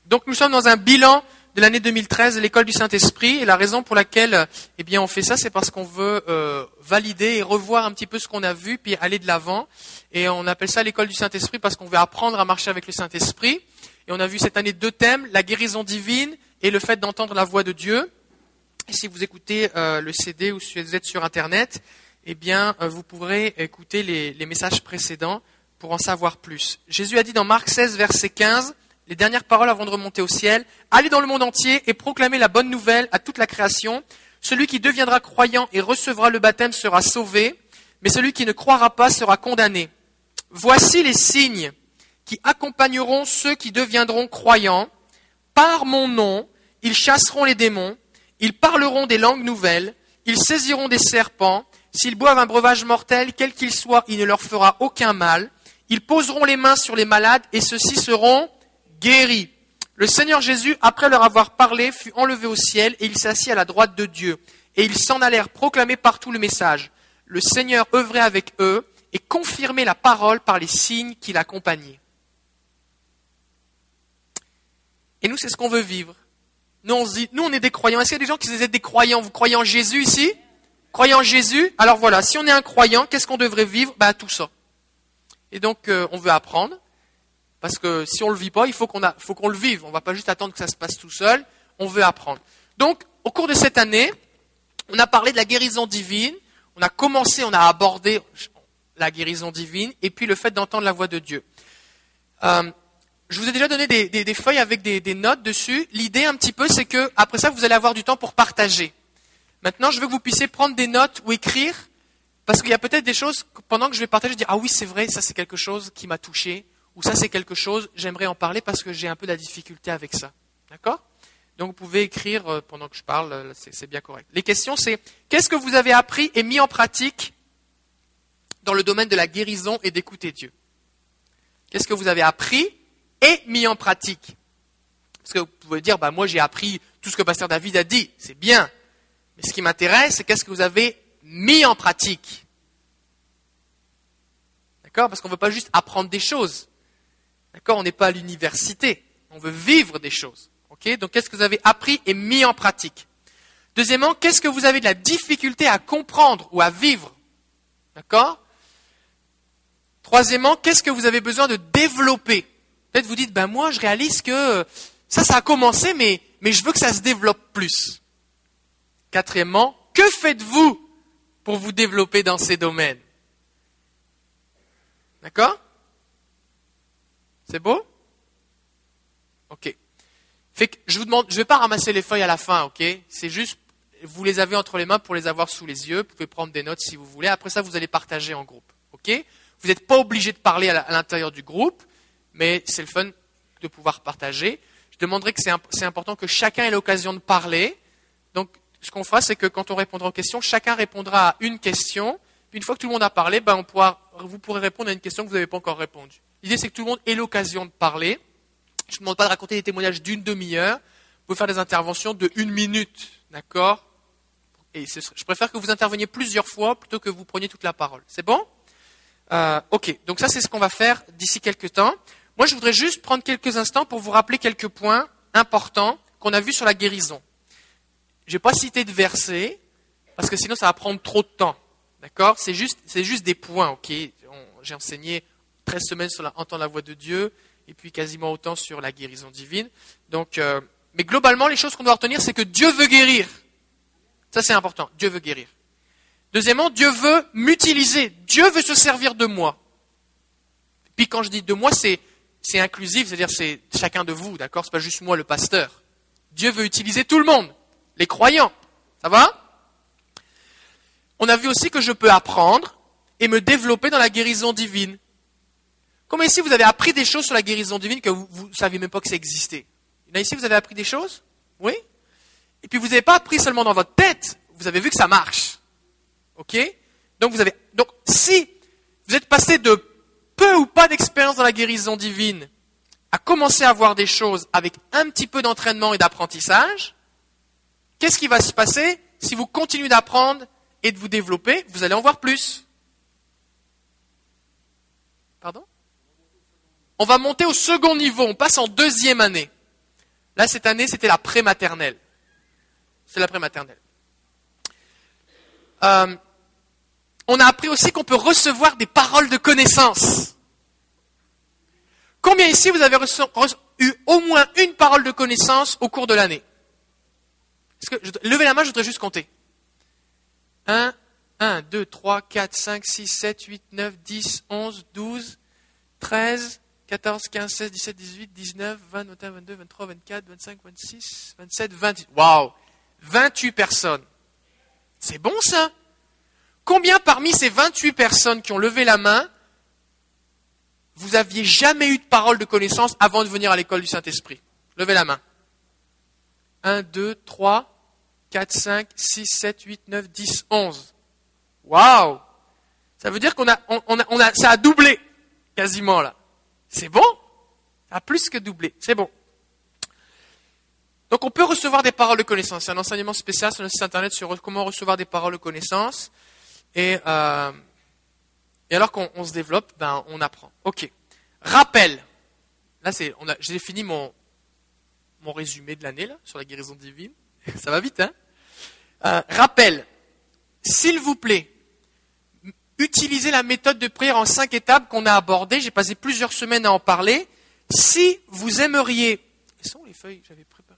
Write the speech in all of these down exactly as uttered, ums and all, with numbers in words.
Donc nous sommes dans un bilan de l'année deux mille treize de l'école du Saint-Esprit. Et la raison pour laquelle eh bien, on fait ça, c'est parce qu'on veut euh, valider et revoir un petit peu ce qu'on a vu, puis aller de l'avant. Et on appelle ça l'école du Saint-Esprit parce qu'on veut apprendre à marcher avec le Saint-Esprit. Et on a vu cette année deux thèmes, la guérison divine et le fait d'entendre la voix de Dieu. Et si vous écoutez euh, le C D ou si vous êtes sur Internet, eh bien, euh, vous pourrez écouter les, les messages précédents pour en savoir plus. Jésus a dit dans Marc seize, verset quinze, les dernières paroles avant de remonter au ciel, « Allez dans le monde entier et proclamez la bonne nouvelle à toute la création. Celui qui deviendra croyant et recevra le baptême sera sauvé, mais celui qui ne croira pas sera condamné. Voici les signes qui accompagneront ceux qui deviendront croyants. Par mon nom, ils chasseront les démons, ils parleront des langues nouvelles, ils saisiront des serpents, s'ils boivent un breuvage mortel, quel qu'il soit, il ne leur fera aucun mal. Ils poseront les mains sur les malades et ceux-ci seront guéris. » Le Seigneur Jésus, après leur avoir parlé, fut enlevé au ciel et il s'assit à la droite de Dieu. Et ils s'en allèrent proclamer partout le message. Le Seigneur œuvrait avec eux et confirmait la parole par les signes qui l'accompagnaient. Et nous, c'est ce qu'on veut vivre. Nous, on se dit, nous, on est des croyants. Est-ce qu'il y a des gens qui disent des croyants? Vous croyez en Jésus ici? Croyez en Jésus? Alors voilà, si on est un croyant, qu'est-ce qu'on devrait vivre? Ben, tout ça. Et donc, euh, on veut apprendre. Parce que si on le vit pas, il faut qu'on a, faut qu'on le vive. On va pas juste attendre que ça se passe tout seul. On veut apprendre. Donc, au cours de cette année, on a parlé de la guérison divine. On a commencé, on a abordé la guérison divine et puis le fait d'entendre la voix de Dieu. Euh, je vous ai déjà donné des, des, des feuilles avec des, des notes dessus. L'idée un petit peu, c'est que après ça, vous allez avoir du temps pour partager. Maintenant, je veux que vous puissiez prendre des notes ou écrire, parce qu'il y a peut-être des choses pendant que je vais partager, dire ah oui, c'est vrai, ça c'est quelque chose qui m'a touché. Ou ça c'est quelque chose, j'aimerais en parler parce que j'ai un peu de la difficulté avec ça. D'accord? Donc vous pouvez écrire pendant que je parle, c'est, c'est bien correct. Les questions c'est, qu'est-ce que vous avez appris et mis en pratique dans le domaine de la guérison et d'écouter Dieu? Qu'est-ce que vous avez appris et mis en pratique? Parce que vous pouvez dire, bah moi j'ai appris tout ce que Pasteur David a dit, c'est bien. Mais ce qui m'intéresse, c'est qu'est-ce que vous avez mis en pratique? D'accord? Parce qu'on ne veut pas juste apprendre des choses. D'accord, on n'est pas à l'université, on veut vivre des choses. Okay, donc, qu'est-ce que vous avez appris et mis en pratique? Deuxièmement, qu'est-ce que vous avez de la difficulté à comprendre ou à vivre? D'accord? Troisièmement, qu'est-ce que vous avez besoin de développer? Peut-être vous dites, ben moi, je réalise que ça, ça a commencé, mais, mais je veux que ça se développe plus. Quatrièmement, que faites-vous pour vous développer dans ces domaines? D'accord? C'est beau? Ok. Fait que je vous demande, je vais pas ramasser les feuilles à la fin, ok? C'est juste, vous les avez entre les mains pour les avoir sous les yeux. Vous pouvez prendre des notes si vous voulez. Après ça, vous allez partager en groupe, ok? Vous n'êtes pas obligé de parler à l'intérieur du groupe, mais c'est le fun de pouvoir partager. Je demanderai que c'est, imp- c'est important que chacun ait l'occasion de parler. Donc, ce qu'on fera, c'est que quand on répondra aux questions, chacun répondra à une question. Puis une fois que tout le monde a parlé, ben on pourra, vous pourrez répondre à une question que vous n'avez pas encore répondu. L'idée, c'est que tout le monde ait l'occasion de parler. Je ne demande pas de raconter des témoignages d'une demi-heure. Vous pouvez faire des interventions de une minute, d'accord? Et ce, je préfère que vous interveniez plusieurs fois plutôt que vous preniez toute la parole. C'est bon? euh, Ok, donc ça, c'est ce qu'on va faire d'ici quelques temps. Moi, je voudrais juste prendre quelques instants pour vous rappeler quelques points importants qu'on a vus sur la guérison. Je ne vais pas citer de versets, parce que sinon, ça va prendre trop de temps. D'accord? C'est juste, c'est juste des points, ok? On, j'ai enseigné treize semaines sur la, entendre la voix de Dieu, et puis quasiment autant sur la guérison divine. Donc, euh, mais globalement, les choses qu'on doit retenir, c'est que Dieu veut guérir. Ça, c'est important. Dieu veut guérir. Deuxièmement, Dieu veut m'utiliser. Dieu veut se servir de moi. Puis quand je dis de moi, c'est, c'est inclusif, c'est-à-dire c'est chacun de vous, d'accord? C'est pas juste moi, le pasteur. Dieu veut utiliser tout le monde, les croyants. Ça va? On a vu aussi que je peux apprendre et me développer dans la guérison divine. Comme ici, vous avez appris des choses sur la guérison divine que vous ne saviez même pas que ça existait. Là, ici, vous avez appris des choses? Oui? Et puis, vous n'avez pas appris seulement dans votre tête, vous avez vu que ça marche. Ok? Donc, vous avez, donc, si vous êtes passé de peu ou pas d'expérience dans la guérison divine à commencer à voir des choses avec un petit peu d'entraînement et d'apprentissage, qu'est-ce qui va se passer si vous continuez d'apprendre et de vous développer? Vous allez en voir plus. Pardon? On va monter au second niveau, on passe en deuxième année. Là, cette année, c'était la prématernelle. C'est la prématernelle. Euh, on a appris aussi qu'on peut recevoir des paroles de connaissance. Combien ici vous avez reçu, reçu, eu au moins une parole de connaissance au cours de l'année? Est-ce que, je, levez la main, je voudrais juste compter. un, un, deux, trois, quatre, cinq, six, sept, huit, neuf, dix, onze, douze, treize, quatorze, quinze, seize, dix-sept, dix-huit, dix-neuf, vingt, vingt et un, vingt-deux, vingt-trois, vingt-quatre, vingt-cinq, vingt-six, vingt-sept, vingt-huit. Waouh! vingt-huit personnes. C'est bon ça? Combien parmi ces vingt-huit personnes qui ont levé la main, vous aviez jamais eu de parole de connaissance avant de venir à l'école du Saint-Esprit? Levez la main. un, deux, trois, quatre, cinq, six, sept, huit, neuf, dix, onze. Waouh! Ça veut dire qu'on a, on, on a, on a, ça a doublé quasiment là. C'est bon? Ça a plus que doublé. C'est bon. Donc on peut recevoir des paroles de connaissance. C'est un enseignement spécial sur le site internet sur comment recevoir des paroles de connaissance. Et, euh, et alors qu'on on se développe, ben on apprend. Ok. Rappel. Là c'est, on a, j'ai fini mon mon résumé de l'année là sur la guérison divine. Ça va vite, hein? Euh, rappel. S'il vous plaît, utilisez la méthode de prière en cinq étapes qu'on a abordée. J'ai passé plusieurs semaines à en parler. Si vous aimeriez, quelles sont les feuilles que j'avais préparées?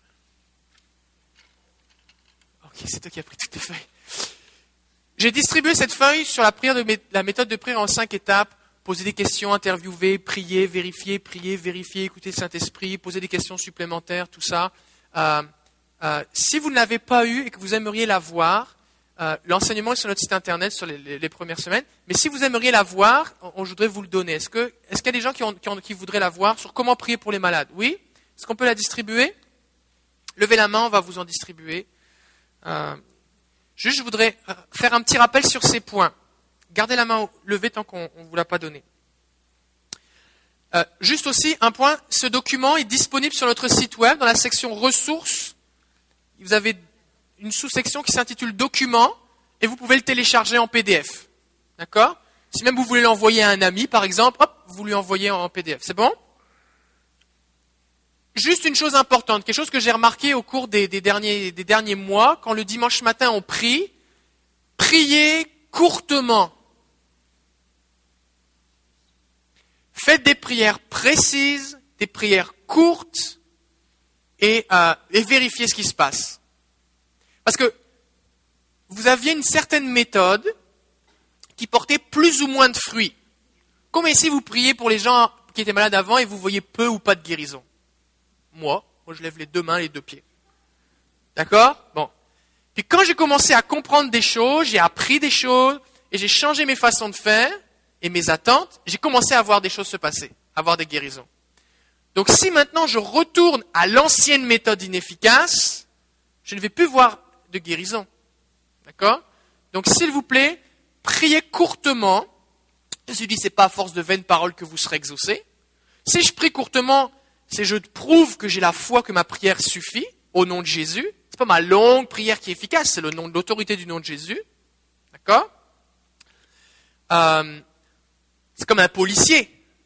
Ok, c'est toi qui as pris toutes les feuilles. J'ai distribué cette feuille sur la prière de mé- la méthode de prière en cinq étapes. Poser des questions, interviewer, prier, vérifier, prier, vérifier, écouter le Saint-Esprit, poser des questions supplémentaires, tout ça. Euh, euh, si vous ne l'avez pas eu et que vous aimeriez la voir, euh, l'enseignement est sur notre site internet sur les, les, les premières semaines. Mais si vous aimeriez la voir, on, on voudrait vous le donner. Est-ce que, est-ce qu'il y a des gens qui, ont, qui, ont, qui voudraient la voir sur comment prier pour les malades? Oui? Est-ce qu'on peut la distribuer? Levez la main, on va vous en distribuer. Euh, juste, je voudrais faire un petit rappel sur ces points. Gardez la main levée tant qu'on ne vous l'a pas donné. Euh, juste aussi, un point, ce document est disponible sur notre site web dans la section ressources. Vous avez une sous-section qui s'intitule documents et vous pouvez le télécharger en P D F. D'accord? Si même vous voulez l'envoyer à un ami, par exemple, hop, vous lui envoyez en P D F. C'est bon? Juste une chose importante, quelque chose que j'ai remarqué au cours des, des, derniers, des derniers mois, quand le dimanche matin on prie, priez courtement. Faites des prières précises, des prières courtes et, euh, et vérifiez ce qui se passe. Parce que vous aviez une certaine méthode qui portait plus ou moins de fruits. Comme ici vous priez pour les gens qui étaient malades avant et vous voyez peu ou pas de guérison. Moi, moi je lève les deux mains et les deux pieds. D'accord? Bon. Puis quand j'ai commencé à comprendre des choses, j'ai appris des choses et j'ai changé mes façons de faire et mes attentes, j'ai commencé à voir des choses se passer, à voir des guérisons. Donc si maintenant je retourne à l'ancienne méthode inefficace, je ne vais plus voir de guérison. D'accord? Donc s'il vous plaît, priez courtement. Jésus dit, c'est pas à force de vaines paroles que vous serez exaucés. Si je prie courtement, c'est je prouve que j'ai la foi que ma prière suffit au nom de Jésus. C'est pas ma longue prière qui est efficace, c'est le nom de l'autorité du nom de Jésus. D'accord? euh, C'est comme un policier.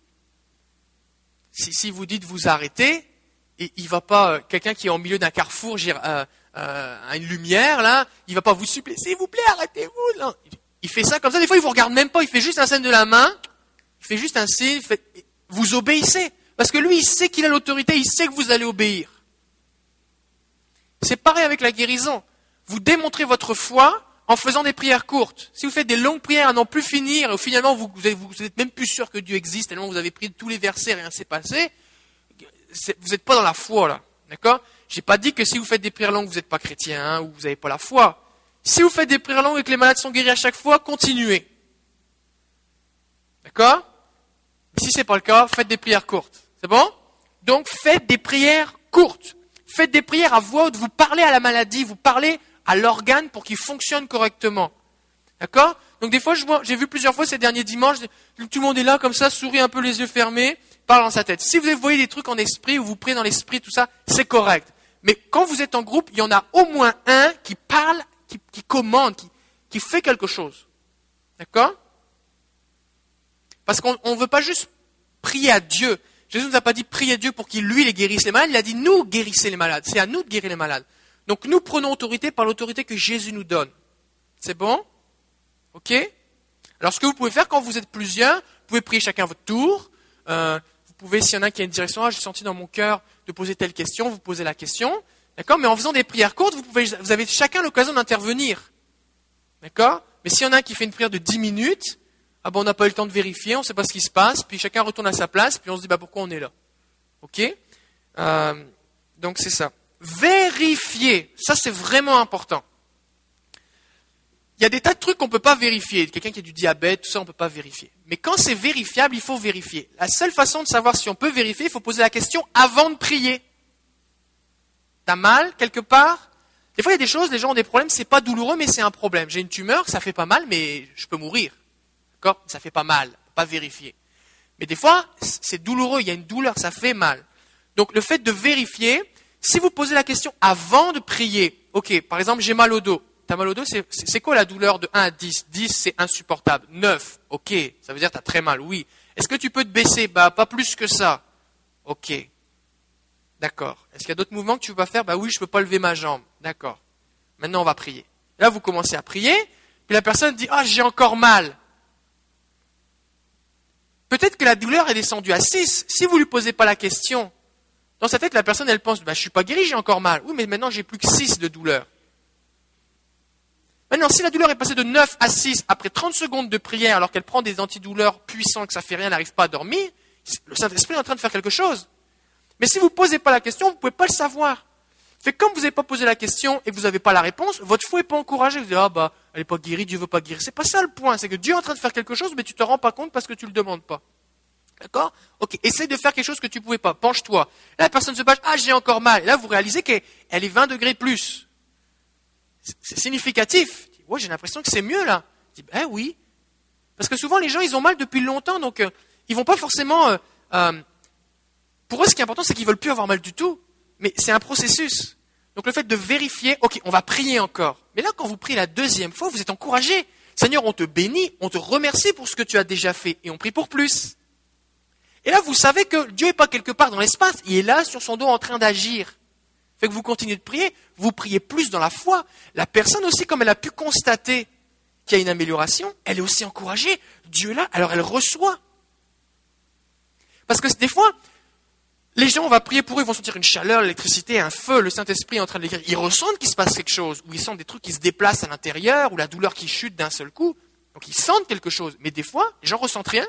Si, si vous dites vous arrêtez, et il va pas, euh, quelqu'un qui est au milieu d'un carrefour, euh, euh, à une lumière, là, il va pas vous supplier, s'il vous plaît, arrêtez-vous. Non. Il fait ça comme ça, des fois il vous regarde même pas, il fait juste un signe de la main, il fait juste un signe, fait, vous obéissez. Parce que lui, il sait qu'il a l'autorité, il sait que vous allez obéir. C'est pareil avec la guérison. Vous démontrez votre foi en faisant des prières courtes. Si vous faites des longues prières à n'en plus finir, et finalement vous, vous, êtes, vous êtes même plus sûr que Dieu existe, tellement vous avez pris tous les versets, rien s'est passé, vous n'êtes pas dans la foi là. D'accord? J'ai pas dit que si vous faites des prières longues, vous n'êtes pas chrétien, hein, ou vous n'avez pas la foi. Si vous faites des prières longues et que les malades sont guéris à chaque fois, continuez. D'accord? Si ce n'est pas le cas, faites des prières courtes. C'est bon? Donc faites des prières courtes. Faites des prières à voix haute, vous parlez à la maladie, vous parlez à l'organe pour qu'il fonctionne correctement. D'accord? Donc des fois, je vois, j'ai vu plusieurs fois ces derniers dimanches, tout le monde est là comme ça, sourit un peu les yeux fermés, parle dans sa tête. Si vous voyez des trucs en esprit, ou vous priez dans l'esprit, tout ça, c'est correct. Mais quand vous êtes en groupe, il y en a au moins un qui parle, qui, qui commande, qui, qui fait quelque chose. D'accord? Parce qu'on ne veut pas juste prier à Dieu. Jésus ne nous a pas dit prier Dieu pour qu'il lui les guérisse les malades, il a dit nous guérissez les malades. C'est à nous de guérir les malades. Donc nous prenons autorité par l'autorité que Jésus nous donne. C'est bon? Ok? Alors ce que vous pouvez faire quand vous êtes plusieurs, vous pouvez prier chacun à votre tour. Euh, vous pouvez, s'il y en a qui a une direction, ah, j'ai senti dans mon cœur de poser telle question, vous posez la question. D'accord? Mais en faisant des prières courtes, vous, pouvez, vous avez chacun l'occasion d'intervenir. D'accord? Mais s'il y en a un qui fait une prière de dix minutes, ah ben on n'a pas eu le temps de vérifier, on ne sait pas ce qui se passe, puis chacun retourne à sa place, puis on se dit bah pourquoi on est là. Ok? euh, Donc c'est ça. Vérifier, ça c'est vraiment important. Il y a des tas de trucs qu'on ne peut pas vérifier. Quelqu'un qui a du diabète, tout ça on ne peut pas vérifier. Mais quand c'est vérifiable, il faut vérifier. La seule façon de savoir si on peut vérifier, il faut poser la question avant de prier. T'as mal quelque part? Des fois il y a des choses, les gens ont des problèmes, c'est pas douloureux mais c'est un problème. J'ai une tumeur, ça fait pas mal mais je peux mourir. D'accord? Ça fait pas mal, pas vérifier. Mais des fois, c'est douloureux, il y a une douleur, ça fait mal. Donc le fait de vérifier, si vous posez la question avant de prier, ok, par exemple j'ai mal au dos. T'as mal au dos, c'est, c'est quoi la douleur de un à dix? dix c'est insupportable. neuf, ok, ça veut dire t'as très mal, oui. Est-ce que tu peux te baisser? Bah pas plus que ça. Ok, d'accord. Est-ce qu'il y a d'autres mouvements que tu ne peux pas faire? Bah oui, je ne peux pas lever ma jambe. D'accord. Maintenant on va prier. Là vous commencez à prier, puis la personne dit, ah j'ai encore mal. Peut-être que la douleur est descendue à six. Si vous ne lui posez pas la question, dans sa tête, la personne, elle pense, bah, je ne suis pas guéri, j'ai encore mal. Oui, mais maintenant, j'ai plus que six de douleur. Maintenant, si la douleur est passée de neuf à six, après trente secondes de prière, alors qu'elle prend des antidouleurs puissants, que ça fait rien, elle n'arrive pas à dormir, le Saint-Esprit est en train de faire quelque chose. Mais si vous ne posez pas la question, vous ne pouvez pas le savoir. Fait que comme vous n'avez pas posé la question et que vous n'avez pas la réponse, votre foi n'est pas encouragée. Vous dites, ah bah, elle n'est pas guérie, Dieu ne veut pas guérir. C'est pas ça le point, c'est que Dieu est en train de faire quelque chose, mais tu ne te rends pas compte parce que tu ne le demandes pas. D'accord? Ok, essaye de faire quelque chose que tu ne pouvais pas. Penche-toi. Là, la personne se penche, ah, j'ai encore mal. Et là, vous réalisez qu'elle est vingt degrés plus. C'est significatif. Ouais, j'ai l'impression que c'est mieux là. Je dis, ben oui. Parce que souvent, les gens, ils ont mal depuis longtemps, donc euh, ils vont pas forcément... Euh, euh, pour eux, ce qui est important, c'est qu'ils veulent plus avoir mal du tout. Mais c'est un processus. Donc le fait de vérifier, ok, on va prier encore. Mais là, quand vous priez la deuxième fois, vous êtes encouragé. Seigneur, on te bénit, on te remercie pour ce que tu as déjà fait. Et on prie pour plus. Et là, vous savez que Dieu n'est pas quelque part dans l'espace. Il est là, sur son dos, en train d'agir. Fait que vous continuez de prier, vous priez plus dans la foi. La personne aussi, comme elle a pu constater qu'il y a une amélioration, elle est aussi encouragée. Dieu est là, alors elle reçoit. Parce que des fois... les gens, on va prier pour eux, ils vont sentir une chaleur, l'électricité, un feu, le Saint-Esprit est en train de les guérir. Ils ressentent qu'il se passe quelque chose, ou ils sentent des trucs qui se déplacent à l'intérieur, ou la douleur qui chute d'un seul coup. Donc ils sentent quelque chose. Mais des fois, les gens ressentent rien.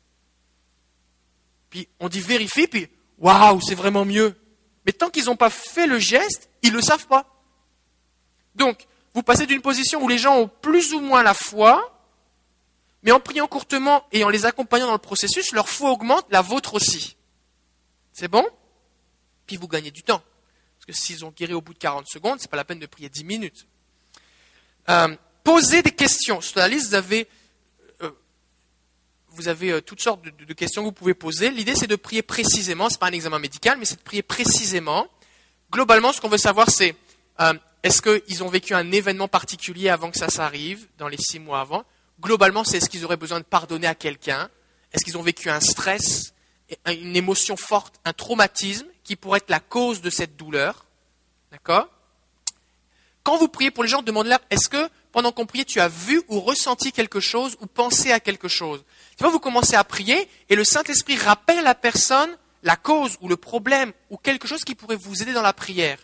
Puis on dit vérifie, puis waouh, c'est vraiment mieux. Mais tant qu'ils n'ont pas fait le geste, ils ne le savent pas. Donc, vous passez d'une position où les gens ont plus ou moins la foi, mais en priant courtement et en les accompagnant dans le processus, leur foi augmente, la vôtre aussi. C'est bon? Puis vous gagnez du temps. Parce que s'ils ont guéri au bout de quarante secondes, ce n'est pas la peine de prier dix minutes. Euh, posez des questions. Sur la liste, vous avez, euh, vous avez euh, toutes sortes de, de, de questions que vous pouvez poser. L'idée, c'est de prier précisément. Ce n'est pas un examen médical, mais c'est de prier précisément. Globalement, ce qu'on veut savoir, c'est euh, est-ce qu'ils ont vécu un événement particulier avant que ça s'arrive, dans les six mois avant? Globalement, c'est est-ce qu'ils auraient besoin de pardonner à quelqu'un? Est-ce qu'ils ont vécu un stress? Une émotion forte, un traumatisme qui pourrait être la cause de cette douleur. D'accord? Quand vous priez pour les gens, demandez-leur, est-ce que pendant qu'on priait, tu as vu ou ressenti quelque chose ou pensé à quelque chose? Tu vois, vous commencez à prier et le Saint-Esprit rappelle à la personne la cause ou le problème ou quelque chose qui pourrait vous aider dans la prière.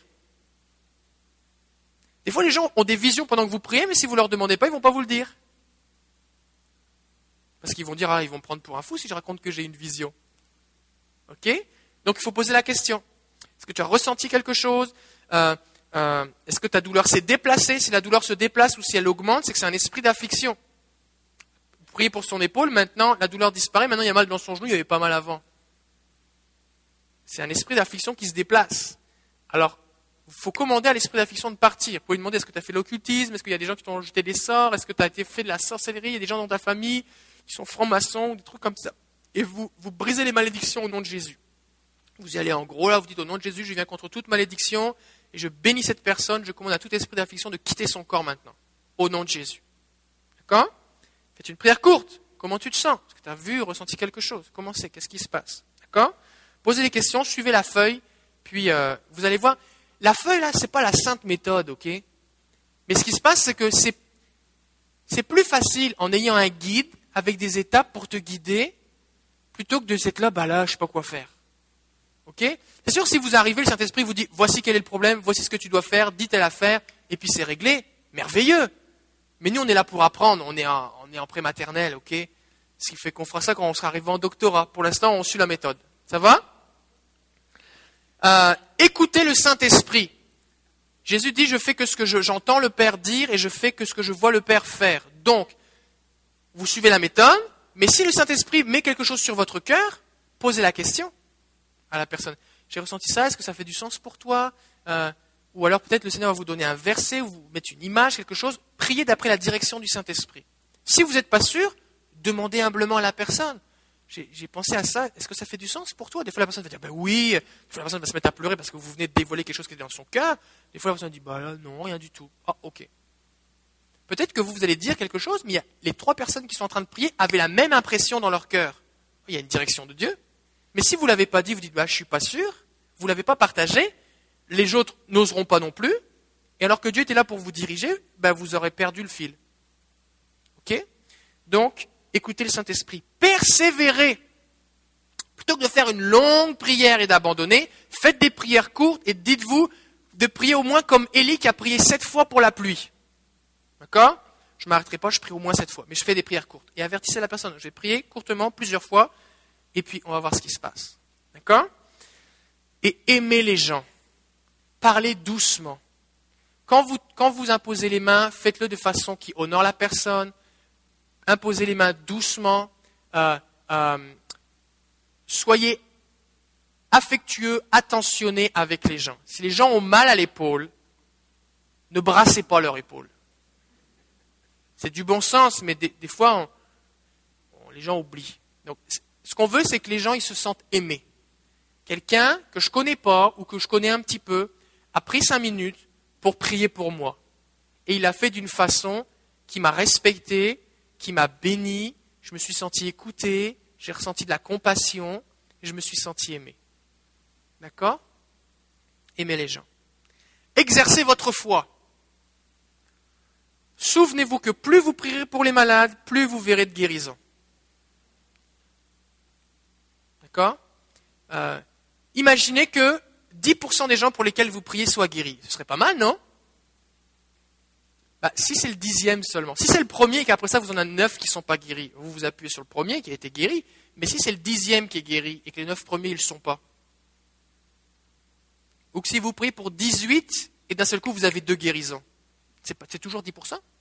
Des fois, les gens ont des visions pendant que vous priez, mais si vous ne leur demandez pas, ils ne vont pas vous le dire. Parce qu'ils vont dire, ah, ils vont me prendre pour un fou si je raconte que j'ai une vision. Ok? Donc il faut poser la question. Est-ce que tu as ressenti quelque chose? euh, euh, Est-ce que ta douleur s'est déplacée? Si la douleur se déplace ou si elle augmente, c'est que c'est un esprit d'affliction. Vous priez pour son épaule, maintenant la douleur disparaît, maintenant il y a mal dans son genou, il n'y avait pas mal avant. C'est un esprit d'affliction qui se déplace. Alors, il faut commander à l'esprit d'affliction de partir. Vous pouvez lui demander, est-ce que tu as fait l'occultisme? Est-ce qu'il y a des gens qui t'ont jeté des sorts? Est-ce que tu as été fait de la sorcellerie? Il y a des gens dans ta famille qui sont francs-maçons ou des trucs comme ça. Et vous, vous brisez les malédictions au nom de Jésus. Vous y allez en gros, là, vous dites au nom de Jésus, je viens contre toute malédiction, et je bénis cette personne, je commande à tout esprit d'affliction de quitter son corps maintenant, au nom de Jésus. D'accord? Faites une prière courte. Comment tu te sens? Est-ce que tu as vu, ressenti quelque chose? Comment c'est? Qu'est-ce qui se passe? D'accord? Posez des questions, suivez la feuille, puis euh, vous allez voir. La feuille, là, c'est pas la sainte méthode, ok? Mais ce qui se passe, c'est que c'est, c'est plus facile en ayant un guide avec des étapes pour te guider, plutôt que de cette là, bah là, je sais pas quoi faire. Ok? C'est sûr, si vous arrivez, le Saint-Esprit vous dit, voici quel est le problème, voici ce que tu dois faire, dis telle affaire, et puis c'est réglé. Merveilleux! Mais nous, on est là pour apprendre, on est en, on est en prématernelle, ok? Ce qui fait qu'on fera ça quand on sera arrivé en doctorat. Pour l'instant, on suit la méthode. Ça va? Euh, écoutez le Saint-Esprit. Jésus dit, je fais que ce que je, j'entends le Père dire et je fais que ce que je vois le Père faire. Donc, vous suivez la méthode, mais si le Saint-Esprit met quelque chose sur votre cœur, posez la question à la personne. J'ai ressenti ça, est-ce que ça fait du sens pour toi? euh, Ou alors peut-être le Seigneur va vous donner un verset, ou vous mettre une image, quelque chose. Priez d'après la direction du Saint-Esprit. Si vous n'êtes pas sûr, demandez humblement à la personne. J'ai, j'ai pensé à ça, est-ce que ça fait du sens pour toi? Des fois la personne va dire, ben oui. Des fois la personne va se mettre à pleurer parce que vous venez de dévoiler quelque chose qui est dans son cœur. Des fois la personne dit, bah là, non, rien du tout. Ah, ok. Peut-être que vous, vous allez dire quelque chose, mais il y a, les trois personnes qui sont en train de prier avaient la même impression dans leur cœur. Il y a une direction de Dieu. Mais si vous ne l'avez pas dit, vous dites, bah, je ne suis pas sûr, vous ne l'avez pas partagé, les autres n'oseront pas non plus, et alors que Dieu était là pour vous diriger, bah, vous aurez perdu le fil. Ok? Donc, écoutez le Saint-Esprit. Persévérez. Plutôt que de faire une longue prière et d'abandonner, faites des prières courtes et dites-vous de prier au moins comme Élie qui a prié sept fois pour la pluie. D'accord? Je ne m'arrêterai pas, je prie au moins sept fois, mais je fais des prières courtes. Et avertissez la personne. Je vais prier courtement plusieurs fois, et puis on va voir ce qui se passe. D'accord? Et aimez les gens. Parlez doucement. Quand vous, quand vous imposez les mains, faites-le de façon qui honore la personne. Imposez les mains doucement. Euh, euh, soyez affectueux, attentionnés avec les gens. Si les gens ont mal à l'épaule, ne brassez pas leur épaule. C'est du bon sens, mais des, des fois, on, on, les gens oublient. Donc, ce qu'on veut, c'est que les gens ils se sentent aimés. Quelqu'un que je ne connais pas ou que je connais un petit peu a pris cinq minutes pour prier pour moi. Et il l'a fait d'une façon qui m'a respecté, qui m'a béni. Je me suis senti écouté, j'ai ressenti de la compassion, et je me suis senti aimé. D'accord? Aimez les gens. Exercez votre foi. Souvenez-vous que plus vous prierez pour les malades, plus vous verrez de guérison. D'accord? euh, Imaginez que dix pour cent des gens pour lesquels vous priez soient guéris. Ce serait pas mal, non? Bah, si c'est le dixième seulement, si c'est le premier et qu'après ça vous en avez neuf qui ne sont pas guéris, vous vous appuyez sur le premier qui a été guéri, mais si c'est le dixième qui est guéri et que les neuf premiers ils ne le sont pas, ou que si vous priez pour dix-huit et d'un seul coup vous avez deux guérisons, c'est, pas, c'est toujours dix pour cent?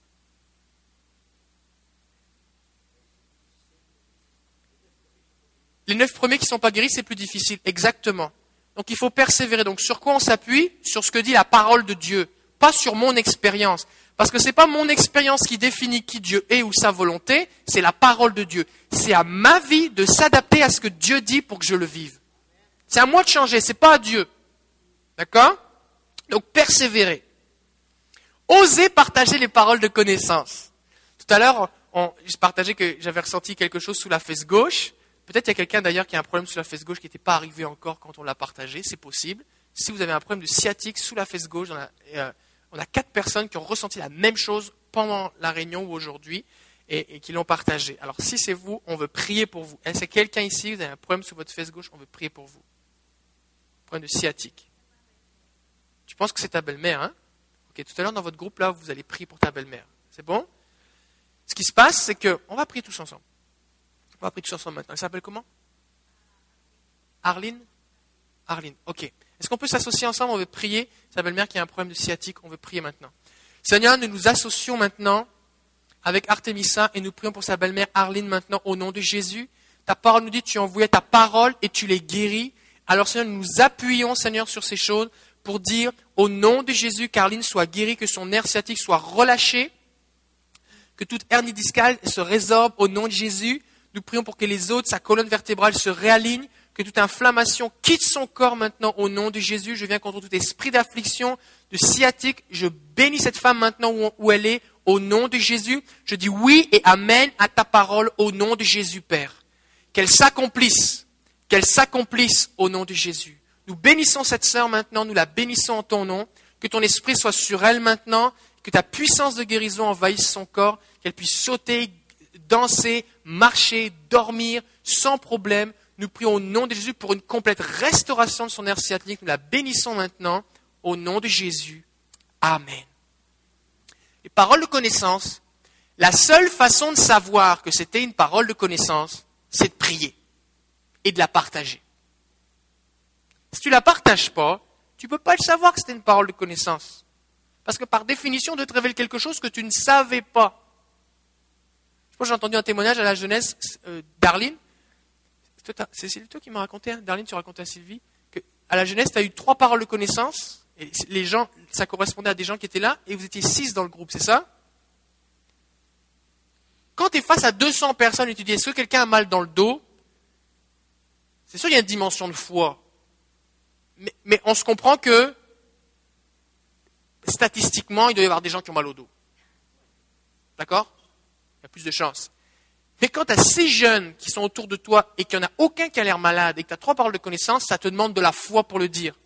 Les neuf premiers qui ne sont pas guéris, c'est plus difficile. Exactement. Donc il faut persévérer. Donc sur quoi on s'appuie? Sur ce que dit la parole de Dieu, pas sur mon expérience. Parce que ce n'est pas mon expérience qui définit qui Dieu est ou sa volonté, c'est la parole de Dieu. C'est à ma vie de s'adapter à ce que Dieu dit pour que je le vive. C'est à moi de changer, ce n'est pas à Dieu. D'accord? Donc persévérer. Osez partager les paroles de connaissance. Tout à l'heure, on, je partageais que j'avais ressenti quelque chose sous la fesse gauche. Peut-être qu'il y a quelqu'un d'ailleurs qui a un problème sous la fesse gauche qui n'était pas arrivé encore quand on l'a partagé, c'est possible. Si vous avez un problème de sciatique sous la fesse gauche, on a, euh, on a quatre personnes qui ont ressenti la même chose pendant la réunion ou aujourd'hui et, et qui l'ont partagé. Alors si c'est vous, on veut prier pour vous. Et c'est quelqu'un ici, vous avez un problème sous votre fesse gauche, on veut prier pour vous. Problème de sciatique. Tu penses que c'est ta belle-mère, hein? Ok, tout à l'heure dans votre groupe là, vous allez prier pour ta belle-mère. C'est bon? Ce qui se passe, c'est que on va prier tous ensemble. On va prier tous ensemble maintenant. Elle s'appelle comment? Arline? Arline, ok. Est-ce qu'on peut s'associer ensemble? On veut prier. Sa belle-mère qui a un problème de sciatique, on veut prier maintenant. Seigneur, nous nous associons maintenant avec Artemisa et nous prions pour sa belle-mère Arline maintenant au nom de Jésus. Ta parole nous dit, tu envoyais ta parole et tu les guéris. Alors Seigneur, nous nous appuyons Seigneur sur ces choses pour dire au nom de Jésus qu'Arline soit guérie, que son nerf sciatique soit relâché, que toute hernie discale se résorbe au nom de Jésus. Nous prions pour que les os de sa colonne vertébrale se réalignent, que toute inflammation quitte son corps maintenant au nom de Jésus. Je viens contre tout esprit d'affliction, de sciatique. Je bénis cette femme maintenant où elle est au nom de Jésus. Je dis oui et amen à ta parole au nom de Jésus, Père. Qu'elle s'accomplisse, qu'elles s'accomplissent au nom de Jésus. Nous bénissons cette sœur maintenant, nous la bénissons en ton nom, que ton esprit soit sur elle maintenant, que ta puissance de guérison envahisse son corps, qu'elle puisse sauter, danser, marcher, dormir sans problème. Nous prions au nom de Jésus pour une complète restauration de son nerf sciatique. Nous la bénissons maintenant au nom de Jésus. Amen. Les paroles de connaissance, la seule façon de savoir que c'était une parole de connaissance, c'est de prier et de la partager. Si tu ne la partages pas, tu ne peux pas le savoir que c'était une parole de connaissance. Parce que par définition, Dieu te révèle quelque chose que tu ne savais pas. Je sais pas, j'ai entendu un témoignage à la jeunesse euh, d'Arline. C'est toi qui m'as raconté, hein, Darlene, tu racontais à Sylvie, qu'à la jeunesse, tu as eu trois paroles de connaissance, et les gens, ça correspondait à des gens qui étaient là, et vous étiez six dans le groupe, c'est ça? Quand tu es face à deux cents personnes et tu dis, est-ce que quelqu'un a mal dans le dos? C'est sûr, il y a une dimension de foi. Mais, mais on se comprend que, statistiquement, il doit y avoir des gens qui ont mal au dos. D'accord? Il y a plus de chances. Mais quand tu as six jeunes qui sont autour de toi et qu'il n'y en a aucun qui a l'air malade et que tu as trois paroles de connaissance, ça te demande de la foi pour le dire.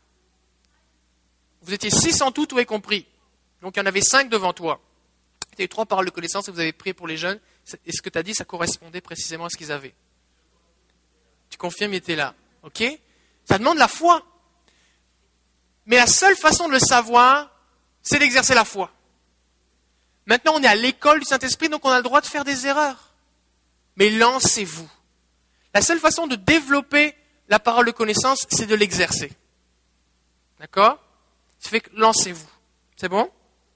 Vous étiez six en tout, tout est compris. Donc il y en avait cinq devant toi. Tu as eu trois paroles de connaissance et vous avez prié pour les jeunes. Et ce que tu as dit, ça correspondait précisément à ce qu'ils avaient. Tu confirmes, ils étaient là. Ok? Ça demande la foi. Mais la seule façon de le savoir, c'est d'exercer la foi. Maintenant, on est à l'école du Saint-Esprit, donc on a le droit de faire des erreurs. Mais lancez-vous. La seule façon de développer la parole de connaissance, c'est de l'exercer. D'accord? Ça fait que lancez-vous. C'est bon?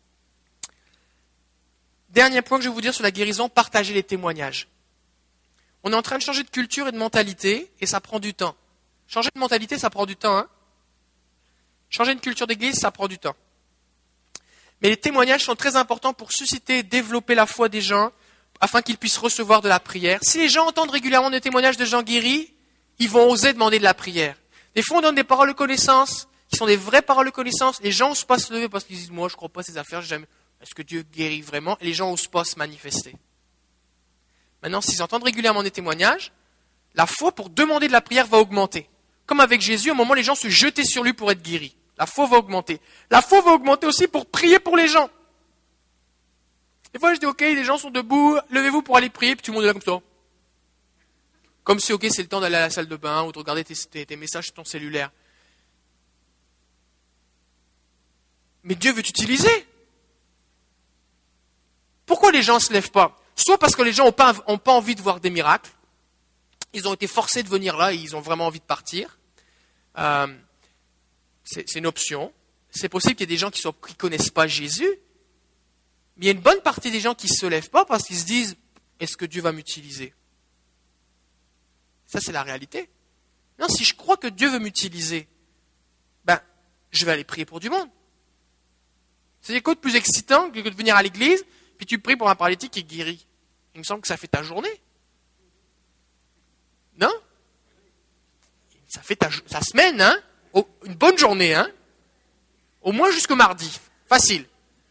Dernier point que je vais vous dire sur la guérison, partagez les témoignages. On est en train de changer de culture et de mentalité, et ça prend du temps. Changer de mentalité, ça prend du temps. Hein? Changer une culture d'église, ça prend du temps. Mais les témoignages sont très importants pour susciter et développer la foi des gens, afin qu'ils puissent recevoir de la prière. Si les gens entendent régulièrement des témoignages de gens guéris, ils vont oser demander de la prière. Des fois, on donne des paroles de connaissance, qui sont des vraies paroles de connaissance. Les gens n'osent pas se lever parce qu'ils disent, moi, je ne crois pas à ces affaires, j'aime. Est-ce que Dieu guérit vraiment? Et les gens n'osent pas se manifester. Maintenant, s'ils entendent régulièrement des témoignages, la foi pour demander de la prière va augmenter. Comme avec Jésus, à un moment, les gens se jetaient sur lui pour être guéris. La foi va augmenter. La foi va augmenter aussi pour prier pour les gens. Des fois, je dis, ok, les gens sont debout, levez-vous pour aller prier, puis tout le monde est là comme ça. Comme si, ok, c'est le temps d'aller à la salle de bain ou de regarder tes, tes, tes messages sur ton cellulaire. Mais Dieu veut t'utiliser. Pourquoi les gens ne se lèvent pas? Soit parce que les gens n'ont pas, ont pas envie de voir des miracles. Ils ont été forcés de venir là et ils ont vraiment envie de partir. Euh, c'est, c'est une option. C'est possible qu'il y ait des gens qui ne connaissent pas Jésus. Mais il y a une bonne partie des gens qui ne se lèvent pas parce qu'ils se disent « Est-ce que Dieu va m'utiliser ?» Ça, c'est la réalité. Non, si je crois que Dieu veut m'utiliser, ben, je vais aller prier pour du monde. C'est quoi de plus excitant que de venir à l'église, puis tu pries pour un paralytique qui est guéri? Il me semble que ça fait ta journée. Non? Ça fait ta, ta semaine, hein? Oh, une bonne journée, hein? Au moins jusqu'au mardi. Facile.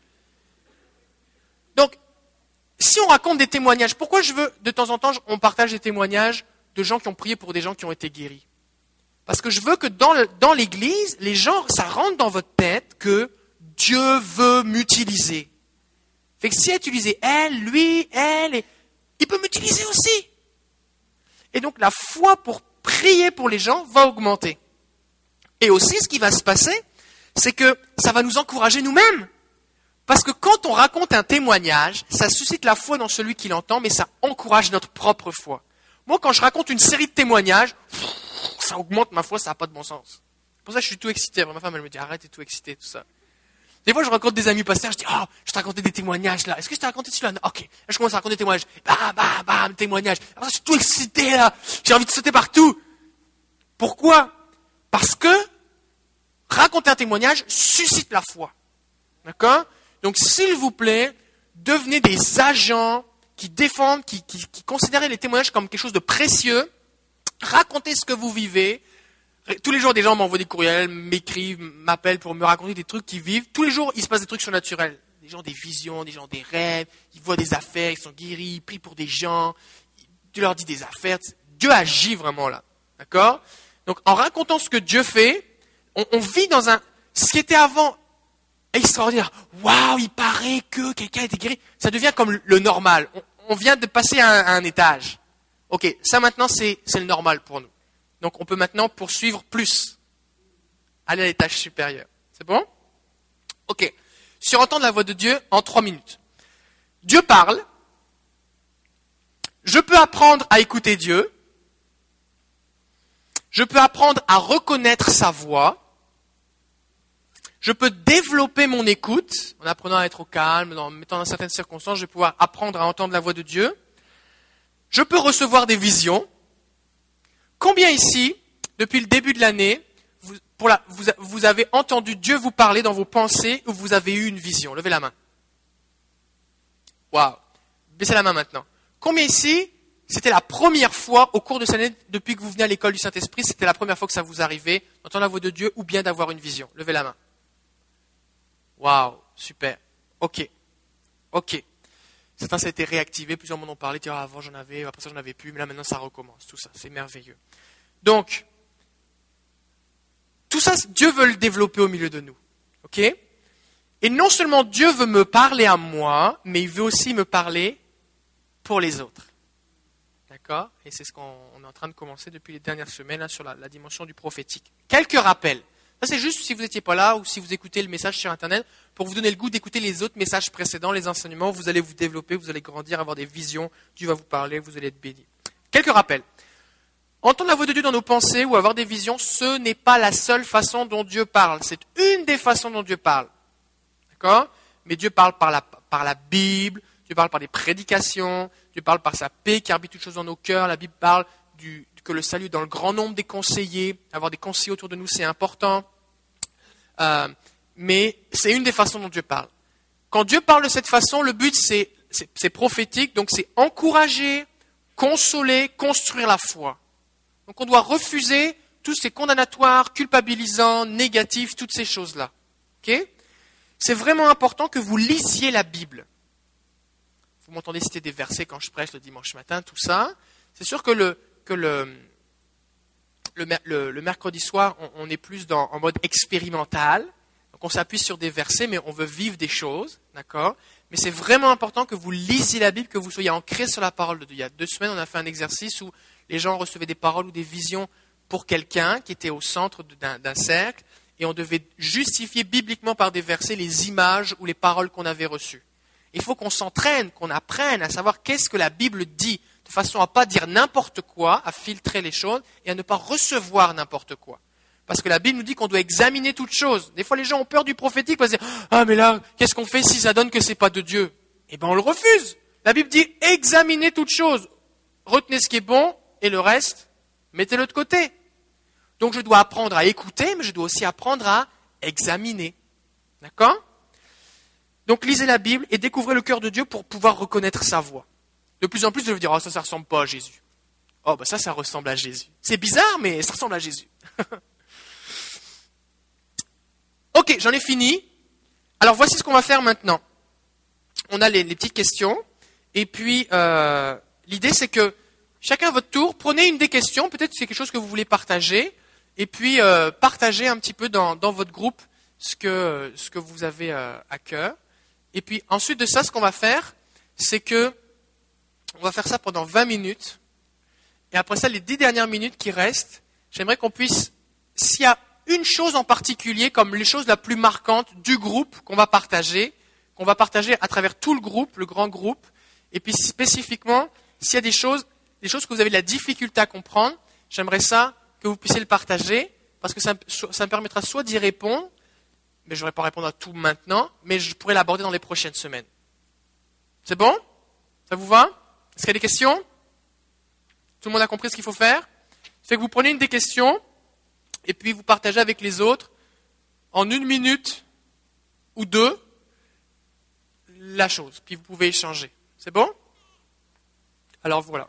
Donc, si on raconte des témoignages, pourquoi je veux, de temps en temps, on partage des témoignages de gens qui ont prié pour des gens qui ont été guéris? Parce que je veux que dans, le, dans l'église, les gens, ça rentre dans votre tête que Dieu veut m'utiliser. Fait que si elle utilisait elle, lui, elle, et, il peut m'utiliser aussi. Et donc la foi pour prier pour les gens va augmenter. Et aussi, ce qui va se passer, c'est que ça va nous encourager nous-mêmes. Parce que quand on raconte un témoignage, ça suscite la foi dans celui qui l'entend, mais ça encourage notre propre foi. Moi, quand je raconte une série de témoignages, ça augmente ma foi, ça n'a pas de bon sens. C'est pour ça que je suis tout excité. Ma femme, elle me dit, arrête, t'es tout excité, tout ça. Des fois, je rencontre des amis pasteurs, je dis, oh, je t'ai raconté des témoignages là. Est-ce que je t'ai raconté celui-là? Non, ok. Là, je commence à raconter des témoignages. Bam, bam, bam, témoignages. Alors, je suis tout excité là. J'ai envie de sauter partout. Pourquoi? Parce que raconter un témoignage suscite la foi. D'accord? Donc, s'il vous plaît, devenez des agents qui défendent, qui, qui, qui considèrent les témoignages comme quelque chose de précieux. Racontez ce que vous vivez. Tous les jours, des gens m'envoient des courriels, m'écrivent, m'appellent pour me raconter des trucs qu'ils vivent. Tous les jours, il se passe des trucs surnaturels. Des gens des visions, des gens des rêves. Ils voient des affaires, ils sont guéris, ils prient pour des gens. Dieu leur dit des affaires. Dieu agit vraiment là. D'accord? Donc, en racontant ce que Dieu fait, on, on vit dans un... Ce qui était avant extraordinaire. Waouh, il paraît que quelqu'un a été guéri. Ça devient comme le normal. On, on vient de passer à un, à un étage. Ok, ça maintenant, c'est, c'est le normal pour nous. Donc, on peut maintenant poursuivre plus. Aller à l'étage supérieur. C'est bon? Ok. Sur entendre la voix de Dieu en trois minutes. Dieu parle. Je peux apprendre à écouter Dieu. Je peux apprendre à reconnaître sa voix. Je peux développer mon écoute en apprenant à être au calme, en me mettant dans certaines circonstances. Je vais pouvoir apprendre à entendre la voix de Dieu. Je peux recevoir des visions. Combien ici, depuis le début de l'année, vous, pour la, vous, vous avez entendu Dieu vous parler dans vos pensées ou vous avez eu une vision? Levez la main. Waouh. Baissez la main maintenant. Combien ici, c'était la première fois au cours de cette année, depuis que vous venez à l'école du Saint-Esprit, c'était la première fois que ça vous arrivait, d'entendre la voix de Dieu ou bien d'avoir une vision? Levez la main. Waouh, super. Ok. Ok. Certains, ça a été réactivé, plusieurs m'en ont parlé, dire, ah, avant j'en avais, après ça j'en avais plus, mais là maintenant ça recommence, tout ça, c'est merveilleux. Donc, tout ça, Dieu veut le développer au milieu de nous. Ok? Et non seulement Dieu veut me parler à moi, mais il veut aussi me parler pour les autres. D'accord? Et c'est ce qu'on est en train de commencer depuis les dernières semaines là, sur la, la dimension du prophétique. Quelques rappels. Ça, c'est juste si vous n'étiez pas là ou si vous écoutez le message sur Internet, pour vous donner le goût d'écouter les autres messages précédents, les enseignements. Vous allez vous développer, vous allez grandir, avoir des visions. Dieu va vous parler, vous allez être bénis. Quelques rappels. Entendre la voix de Dieu dans nos pensées ou avoir des visions, ce n'est pas la seule façon dont Dieu parle. C'est une des façons dont Dieu parle. D'accord? Mais Dieu parle par la, par la Bible, Dieu parle par des prédications, Dieu parle par sa paix qui arbitre toutes choses dans nos cœurs. La Bible parle du, que le salut est dans le grand nombre des conseillers. Avoir des conseillers autour de nous, c'est important. Euh, mais c'est une des façons dont Dieu parle. Quand Dieu parle de cette façon, le but, c'est, c'est, c'est prophétique, donc c'est encourager, consoler, construire la foi. Donc on doit refuser tous ces condamnatoires, culpabilisants, négatifs, toutes ces choses-là. Okay? C'est vraiment important que vous lisiez la Bible. Vous m'entendez citer des versets quand je prêche le dimanche matin, tout ça. C'est sûr que le, que le, le, le, le mercredi soir, on, on est plus dans, en mode expérimental. Donc on s'appuie sur des versets, mais on veut vivre des choses, d'accord? Mais c'est vraiment important que vous lisiez la Bible, que vous soyez ancrés sur la parole de Dieu. Il y a deux semaines, on a fait un exercice où les gens recevaient des paroles ou des visions pour quelqu'un qui était au centre d'un, d'un cercle, et on devait justifier bibliquement par des versets les images ou les paroles qu'on avait reçues. Il faut qu'on s'entraîne, qu'on apprenne à savoir qu'est-ce que la Bible dit, de façon à ne pas dire n'importe quoi, à filtrer les choses, et à ne pas recevoir n'importe quoi. Parce que la Bible nous dit qu'on doit examiner toutes choses. Des fois, les gens ont peur du prophétique, parce qu'ils disent « Ah, mais là, qu'est-ce qu'on fait si ça donne que ce n'est pas de Dieu ?» Eh bien, on le refuse. La Bible dit « Examinez toutes choses. Retenez ce qui est bon, et le reste, mettez-le de côté. » Donc, je dois apprendre à écouter, mais je dois aussi apprendre à examiner. D'accord? Donc, lisez la Bible et découvrez le cœur de Dieu pour pouvoir reconnaître sa voix. De plus en plus, je vais dire « Oh, ça, ça ne ressemble pas à Jésus. » Oh, ben ça, ça ressemble à Jésus. C'est bizarre, mais ça ressemble à Jésus. Ok, j'en ai fini. Alors, voici ce qu'on va faire maintenant. On a les, les petites questions. Et puis, euh, l'idée, c'est que chacun à votre tour, prenez une des questions. Peut-être que c'est quelque chose que vous voulez partager. Et puis, euh, partagez un petit peu dans, dans votre groupe ce que, ce que vous avez euh, à cœur. Et puis, ensuite de ça, ce qu'on va faire, c'est que on va faire ça pendant vingt minutes. Et après ça, les dix dernières minutes qui restent, j'aimerais qu'on puisse, s'il y a une chose en particulier, comme les choses la plus marquantes du groupe qu'on va partager, qu'on va partager à travers tout le groupe, le grand groupe, et puis spécifiquement, s'il y a des choses, des choses que vous avez de la difficulté à comprendre, j'aimerais ça que vous puissiez le partager, parce que ça, ça me permettra soit d'y répondre, mais je ne vais pas répondre à tout maintenant, mais je pourrais l'aborder dans les prochaines semaines. C'est bon? Ça vous va? Est-ce qu'il y a des questions? Tout le monde a compris ce qu'il faut faire? C'est que vous prenez une des questions, et puis vous partagez avec les autres, en une minute ou deux, la chose. Puis vous pouvez échanger. C'est bon? Alors voilà.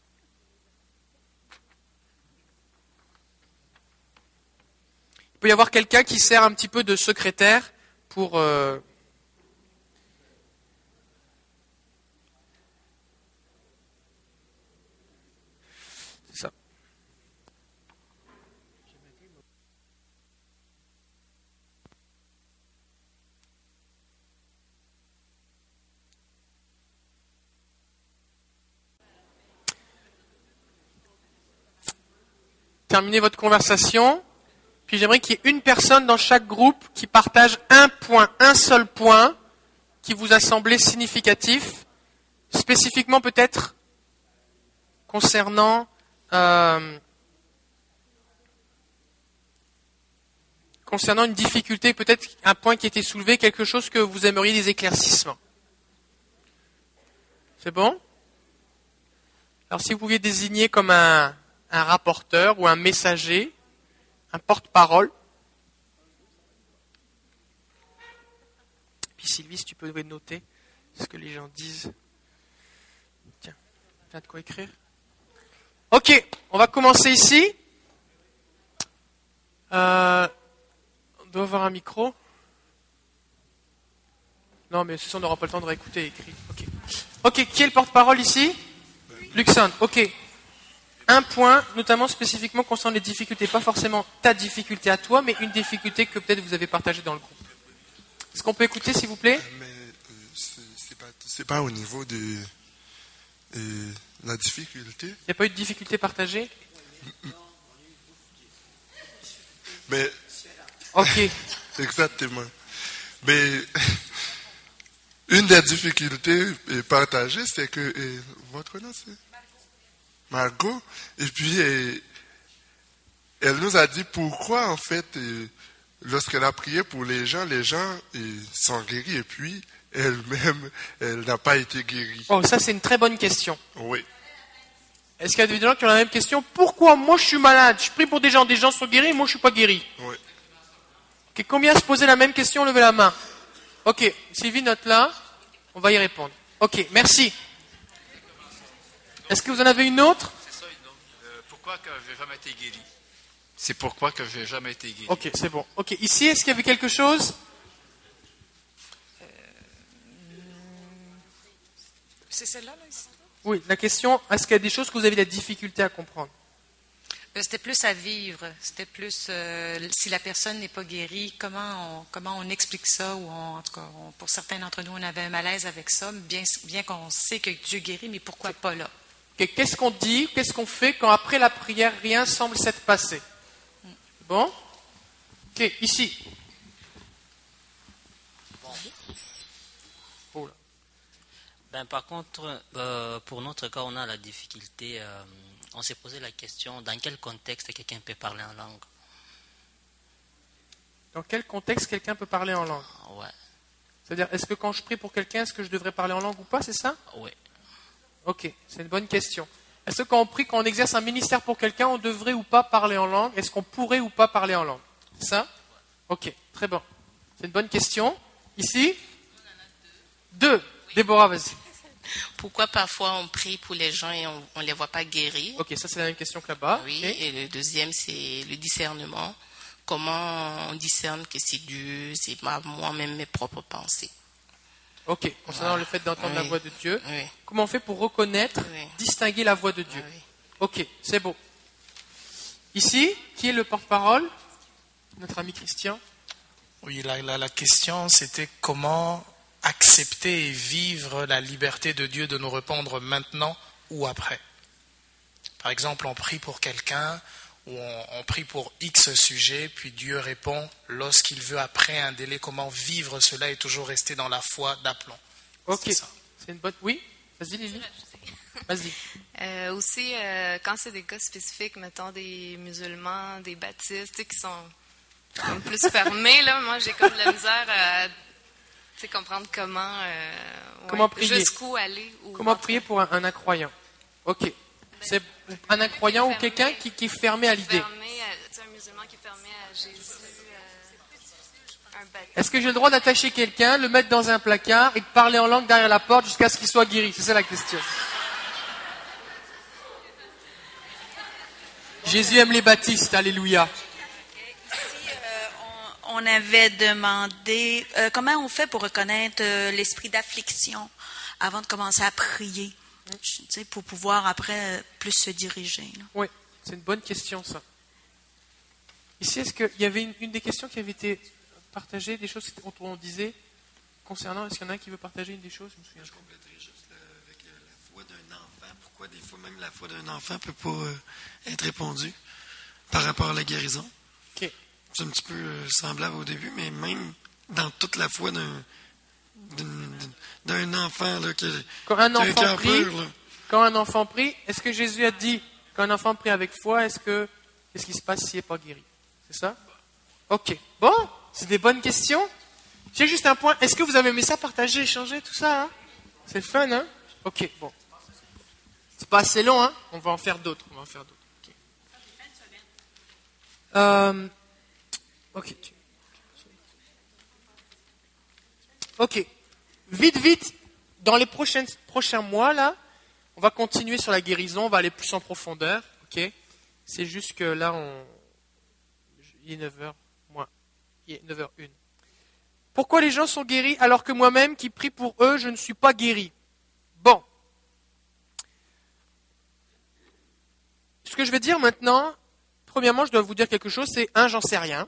Il peut y avoir quelqu'un qui sert un petit peu de secrétaire pour... Euh, c'est ça. terminez votre conversation. Puis j'aimerais qu'il y ait une personne dans chaque groupe qui partage un point, un seul point qui vous a semblé significatif, spécifiquement peut-être concernant euh, concernant une difficulté, peut-être un point qui a été soulevé, quelque chose que vous aimeriez des éclaircissements. C'est bon? Alors si vous pouviez désigner comme un, un rapporteur ou un messager, un porte-parole. Puis Sylvie, si tu peux noter ce que les gens disent. Tiens, tu as de quoi écrire? Ok, on va commencer ici. Euh, on doit avoir un micro. Non, mais ce on n'aura pas le temps de réécouter écrit. Ok. Ok, qui est le porte-parole ici? Luxon, ok. Un point, notamment spécifiquement concernant les difficultés, pas forcément ta difficulté à toi, mais une difficulté que peut-être vous avez partagée dans le groupe. Est-ce qu'on peut écouter, s'il vous plaît? Mais euh, c'est, c'est, pas, c'est pas au niveau de euh, la difficulté. Il n'y a pas eu de difficulté partagée? Mais ok. Exactement. Mais une des difficultés partagées, c'est que euh, votre nom c'est Margot, et puis euh, elle nous a dit pourquoi en fait euh, lorsqu'elle a prié pour les gens, les gens euh, sont guéris et puis elle-même, elle n'a pas été guérie. Oh, ça c'est une très bonne question. Oui. Est-ce qu'il y a des gens qui ont la même question? Pourquoi moi je suis malade? Je prie pour des gens, des gens sont guéris, moi je suis pas guéri. Oui. Okay, combien se posaient la même question? Levez la main. Ok, Sylvie, note là. On va y répondre. Ok, merci. Est-ce que vous en avez une autre? C'est ça, une autre. Euh, pourquoi que je n'ai jamais été guéri? C'est pourquoi que je n'ai jamais été guéri. Ok, c'est bon. Ok, ici, est-ce qu'il y avait quelque chose? Euh, c'est celle-là, là, ici? Oui, la question, est-ce qu'il y a des choses que vous avez de la difficulté à comprendre? Euh, C'était plus à vivre. C'était plus, euh, si la personne n'est pas guérie, comment on, comment on explique ça? Ou on- en tout cas, on- pour certains d'entre nous, on avait un malaise avec ça, bien, bien qu'on sait que Dieu guérit, mais pourquoi pas là? Ok, qu'est-ce qu'on dit, qu'est-ce qu'on fait quand après la prière, rien semble s'être passé? Bon? Ok, ici. Oh là. Ben, par contre, euh, pour notre cas, on a la difficulté. euh, on s'est posé la question dans quel contexte quelqu'un peut parler en langue. Dans quel contexte quelqu'un peut parler en langue? Ouais, C'est-à-dire, est-ce que quand je prie pour quelqu'un, est-ce que je devrais parler en langue ou pas, c'est ça? ouais. Ok, c'est une bonne question. Est-ce que quand on prie, quand on exerce un ministère pour quelqu'un, on devrait ou pas parler en langue? Est-ce qu'on pourrait ou pas parler en langue? C'est ça? Ok, très bon. C'est une bonne question. Ici? Deux. Déborah, vas-y. Pourquoi parfois on prie pour les gens et on ne les voit pas guéris? Ok, ça c'est la même question que là-bas. Oui, Ok. et le deuxième, c'est le discernement. Comment on discerne que c'est Dieu, c'est pas moi-même mes propres pensées. Ok, concernant Voilà. le fait d'entendre la Oui. voix de Dieu, Oui. comment on fait pour reconnaître, Oui. distinguer la voix de Dieu? Oui. Ok, c'est beau. Ici, qui est le porte-parole? Notre ami Christian. Oui, la, la, la question, c'était comment accepter et vivre la liberté de Dieu de nous répondre maintenant ou après. Par exemple, on prie pour quelqu'un ou on, on prie pour X sujet, puis Dieu répond lorsqu'il veut après un délai. Comment vivre cela et toujours rester dans la foi d'aplomb. Ok, C'est ça. c'est une bonne... Oui, vas-y Lily. Vas-y. Euh, aussi, euh, quand c'est des cas spécifiques, mettons des musulmans, des baptistes, tu sais, qui sont comme plus fermés, là, moi j'ai comme de la misère à tu sais, comprendre comment, euh, ouais, Comment prier. jusqu'où aller. Ou Comment rentrer. prier pour un, un incroyant? Ok. C'est un incroyant ou Fermé, quelqu'un qui, qui est fermé à l'idée. Fermé à- tu sais, un musulman qui est fermé à Jésus, euh, un baptiste. Est-ce que j'ai le droit d'attacher quelqu'un, le mettre dans un placard et de parler en langue derrière la porte jusqu'à ce qu'il soit guéri? C'est ça la question. Jésus aime les baptistes, alléluia. Ici, euh, on, on avait demandé euh, comment on fait pour reconnaître euh, l'esprit d'affliction avant de commencer à prier, tu sais, pour pouvoir après euh, plus se diriger. Là. Oui, c'est une bonne question ça. Ici, est-ce qu'il y avait une, une des questions qui avait été partagée, des choses dont on disait concernant, est-ce qu'il y en a un qui veut partager une des choses? Je me souviens. Je compléterai juste là, avec euh, la foi d'un enfant. Pourquoi des fois même la foi d'un enfant ne peut pas euh, être répondue? par rapport à la guérison. Okay. C'est un petit peu euh, semblable au début, mais même dans toute la foi d'un, d'un, d'un enfant là, qui, quand un qui a un enfant cœur prie, pur, là. Quand un enfant prie, est-ce que Jésus a dit, quand un enfant prie avec foi, est-ce que, qu'est-ce qui se passe s'il n'est pas guéri? C'est ça? Ok. Bon, c'est des bonnes questions. J'ai juste un point. Est-ce que vous avez aimé ça, partager, échanger, tout ça, hein? C'est le fun, hein? Ok, bon. C'est pas assez long, hein? On va en faire d'autres. On va en faire d'autres. Ok. Euh, ok. Ok. Vite, vite. Dans les prochains, prochains mois, là, on va continuer sur la guérison. On va aller plus en profondeur. Ok. C'est juste que là, on... il est neuf heures moins. Il est neuf heures une. Pourquoi les gens sont guéris alors que moi-même qui prie pour eux, je ne suis pas guéri? Bon. Ce que je vais dire maintenant, premièrement, je dois vous dire quelque chose, c'est un, j'en sais rien.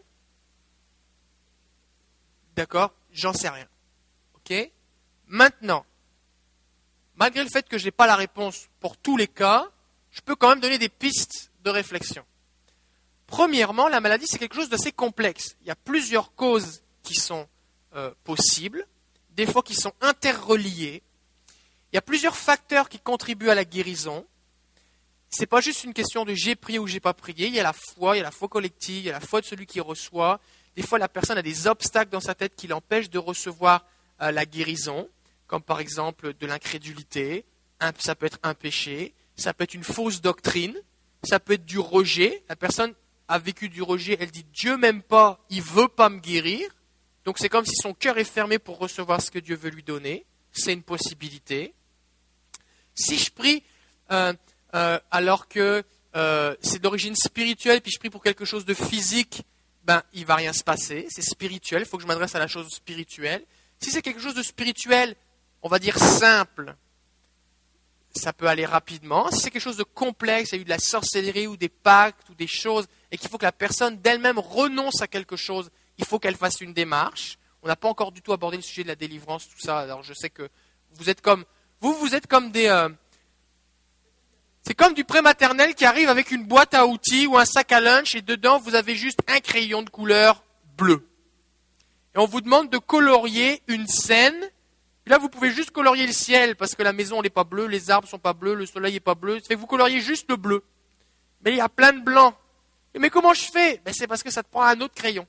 D'accord? J'en sais rien. Ok? Maintenant, malgré le fait que je n'ai pas la réponse pour tous les cas, je peux quand même donner des pistes de réflexion. Premièrement, la maladie, c'est quelque chose d'assez complexe. Il y a plusieurs causes qui sont euh, possibles, des fois qui sont interreliées. Il y a plusieurs facteurs qui contribuent à la guérison. Ce n'est pas juste une question de j'ai prié ou j'ai pas prié. Il y a la foi, il y a la foi collective, il y a la foi de celui qui reçoit. Des fois, la personne a des obstacles dans sa tête qui l'empêchent de recevoir euh, la guérison, comme par exemple de l'incrédulité. Un, ça peut être un péché, ça peut être une fausse doctrine, ça peut être du rejet. La personne a vécu du rejet, elle dit Dieu m'aime pas, il veut pas me guérir. Donc c'est comme si son cœur est fermé pour recevoir ce que Dieu veut lui donner. C'est une possibilité. Si je prie euh, euh, alors que euh, c'est d'origine spirituelle, puis je prie pour quelque chose de physique, ben il va rien se passer. C'est spirituel, il faut que je m'adresse à la chose spirituelle. Si c'est quelque chose de spirituel, on va dire simple, ça peut aller rapidement. Si c'est quelque chose de complexe, il y a eu de la sorcellerie ou des pactes ou des choses, et qu'il faut que la personne d'elle-même renonce à quelque chose, il faut qu'elle fasse une démarche. On n'a pas encore du tout abordé le sujet de la délivrance, tout ça. Alors je sais que vous êtes comme, vous, vous êtes comme des... Euh, c'est comme du prématernel qui arrive avec une boîte à outils ou un sac à lunch, et dedans, vous avez juste un crayon de couleur bleue. Et on vous demande de colorier une scène. Et là, vous pouvez juste colorier le ciel, parce que la maison n'est pas bleue, les arbres ne sont pas bleus, le soleil n'est pas bleu. Ça fait que vous coloriez juste le bleu. Mais il y a plein de blanc. Mais comment je fais? Ben, c'est parce que ça te prend un autre crayon.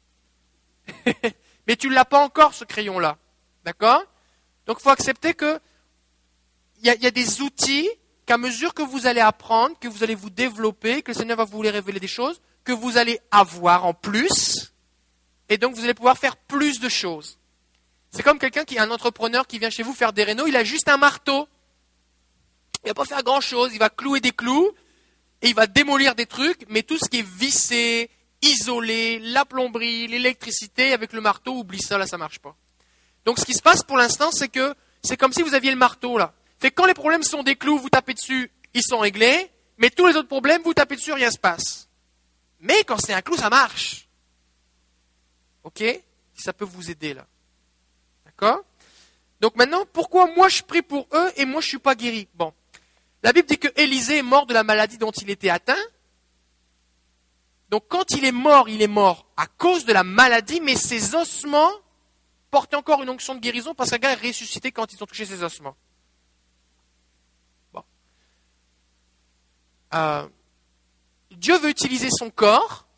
Mais tu ne l'as pas encore, ce crayon-là. D'accord? Donc, il faut accepter que il y, y a des outils qu'à mesure que vous allez apprendre, que vous allez vous développer, que le Seigneur va vous les révéler des choses, que vous allez avoir en plus, et donc vous allez pouvoir faire plus de choses. C'est comme quelqu'un qui est un entrepreneur qui vient chez vous faire des rénaux, il a juste un marteau. Il ne va pas faire grand-chose, il va clouer des clous, et il va démolir des trucs, mais tout ce qui est vissé, isolé, la plomberie, l'électricité, avec le marteau, oublie ça, là ça ne marche pas. Donc ce qui se passe pour l'instant, c'est que c'est comme si vous aviez le marteau là. Fait que quand les problèmes sont des clous, vous tapez dessus, ils sont réglés, mais tous les autres problèmes, vous tapez dessus, rien ne se passe. Mais quand c'est un clou, ça marche. Ok? Ça peut vous aider là. D'accord? Donc maintenant, pourquoi moi je prie pour eux et moi je ne suis pas guéri? Bon. La Bible dit que Élisée est mort de la maladie dont il était atteint. Donc quand il est mort, il est mort à cause de la maladie, mais ses ossements portaient encore une onction de guérison parce qu'un gars est ressuscité quand ils ont touché ses ossements. Bon. Euh, Dieu veut utiliser son corps,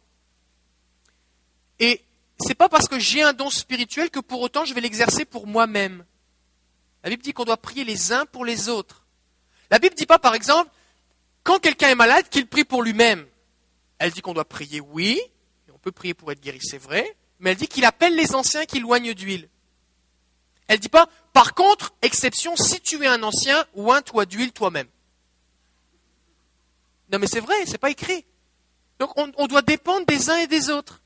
et c'est pas parce que j'ai un don spirituel que pour autant je vais l'exercer pour moi-même. La Bible dit qu'on doit prier les uns pour les autres. La Bible ne dit pas, par exemple, quand quelqu'un est malade, qu'il prie pour lui-même. Elle dit qu'on doit prier, oui, et on peut prier pour être guéri, c'est vrai, mais elle dit qu'il appelle les anciens qui loignent d'huile. Elle ne dit pas, par contre, exception, si tu es un ancien, oins-toi d'huile toi-même. Non mais c'est vrai, c'est pas écrit. Donc on, on doit dépendre des uns et des autres.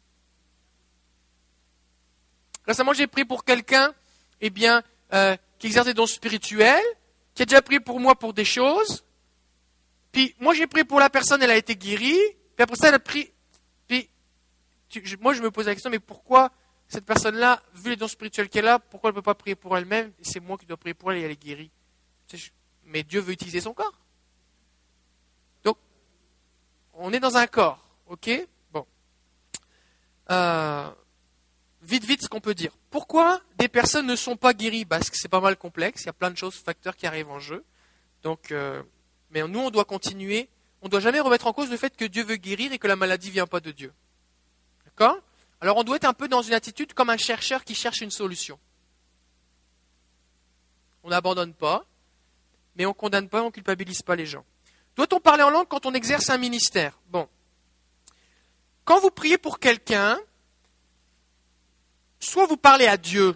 Récemment, j'ai prié pour quelqu'un, eh bien, euh, qui exerce des dons spirituels, qui a déjà prié pour moi pour des choses. Puis moi, j'ai prié pour la personne, elle a été guérie. Puis après ça, elle a pris. Puis tu, je, moi, je me pose la question, mais pourquoi cette personne-là, vu les dons spirituels qu'elle a, pourquoi elle ne peut pas prier pour elle-même? Et c'est moi qui dois prier pour elle et elle est guérie. Tu sais, je, mais Dieu veut utiliser son corps. Donc, on est dans un corps, ok? Bon. Euh, vite, vite, ce qu'on peut dire. Pourquoi des personnes ne sont pas guéries? Parce que c'est pas mal complexe, il y a plein de choses, facteurs qui arrivent en jeu. Donc, euh, mais nous, on doit continuer. On ne doit jamais remettre en cause le fait que Dieu veut guérir et que la maladie ne vient pas de Dieu. D'accord? Alors, on doit être un peu dans une attitude comme un chercheur qui cherche une solution. On n'abandonne pas, mais on ne condamne pas, on ne culpabilise pas les gens. Doit-on parler en langue quand on exerce un ministère? Bon. Quand vous priez pour quelqu'un, soit vous parlez à Dieu,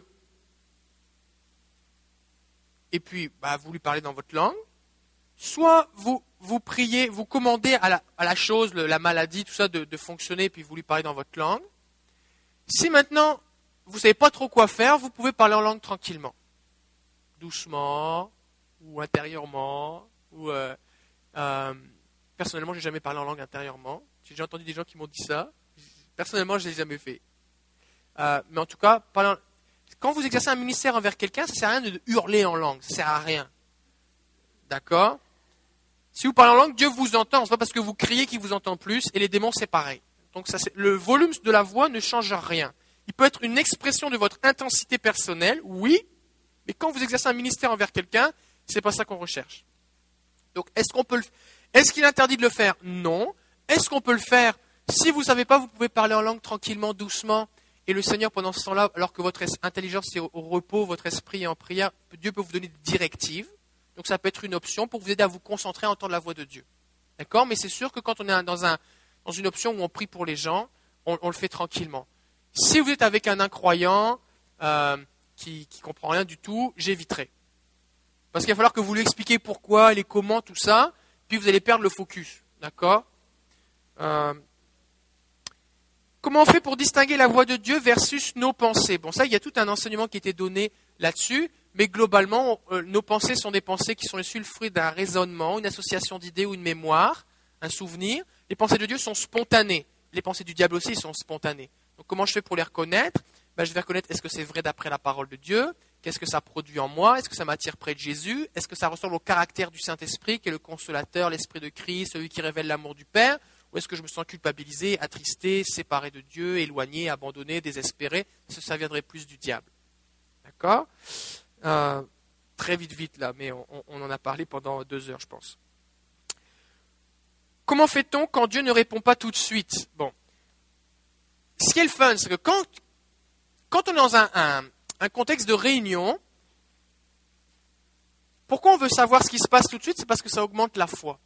et puis bah, vous lui parlez dans votre langue, soit vous, vous priez, vous commandez à la, à la chose, le, la maladie, tout ça, de, de fonctionner, puis vous lui parlez dans votre langue. Si maintenant, vous ne savez pas trop quoi faire, vous pouvez parler en langue tranquillement. Doucement, ou intérieurement, ou... Euh, euh, personnellement, je n'ai jamais parlé en langue intérieurement. J'ai déjà entendu des gens qui m'ont dit ça. Personnellement, je ne l'ai jamais fait. Euh, mais en tout cas, parler en... quand vous exercez un ministère envers quelqu'un, ça ne sert à rien de hurler en langue. Ça ne sert à rien. D'accord? Si vous parlez en langue, Dieu vous entend. Ce n'est pas parce que vous criez qu'il vous entend plus. Et les démons, c'est pareil. Donc ça, c'est... le volume de la voix ne change rien. Il peut être une expression de votre intensité personnelle, oui. Mais quand vous exercez un ministère envers quelqu'un, ce n'est pas ça qu'on recherche. Donc, est-ce qu'on peut le... Est-ce qu'il est interdit de le faire? Non. Est-ce qu'on peut le faire? Si vous ne savez pas, vous pouvez parler en langue tranquillement, doucement. Et le Seigneur, pendant ce temps-là, alors que votre intelligence est au repos, votre esprit est en prière, Dieu peut vous donner des directives. Donc, ça peut être une option pour vous aider à vous concentrer, à entendre la voix de Dieu. D'accord? Mais c'est sûr que quand on est dans, un, dans une option où on prie pour les gens, on, on le fait tranquillement. Si vous êtes avec un incroyant euh, qui ne comprend rien du tout, j'éviterai. Parce qu'il va falloir que vous lui expliquiez pourquoi, les comment, tout ça, puis vous allez perdre le focus. D'accord? euh, Comment on fait pour distinguer la voix de Dieu versus nos pensées? Bon, ça, il y a tout un enseignement qui a été donné là-dessus, mais globalement, euh, nos pensées sont des pensées qui sont issues le fruit d'un raisonnement, une association d'idées ou une mémoire, un souvenir. Les pensées de Dieu sont spontanées. Les pensées du diable aussi sont spontanées. Donc, comment je fais pour les reconnaître? Ben, je vais reconnaître, est-ce que c'est vrai d'après la parole de Dieu? Qu'est-ce que ça produit en moi? Est-ce que ça m'attire près de Jésus? Est-ce que ça ressemble au caractère du Saint-Esprit, qui est le consolateur, l'Esprit de Christ, celui qui révèle l'amour du Père? Ou est-ce que je me sens culpabilisé, attristé, séparé de Dieu, éloigné, abandonné, désespéré? Est-ce que ça viendrait plus du diable? D'accord? euh, Très vite, vite là, mais on, on en a parlé pendant deux heures, je pense. Comment fait-on quand Dieu ne répond pas tout de suite? Bon. Ce qui est le fun, c'est que quand, quand on est dans un, un, un contexte de réunion, pourquoi on veut savoir ce qui se passe tout de suite? C'est parce que ça augmente la foi.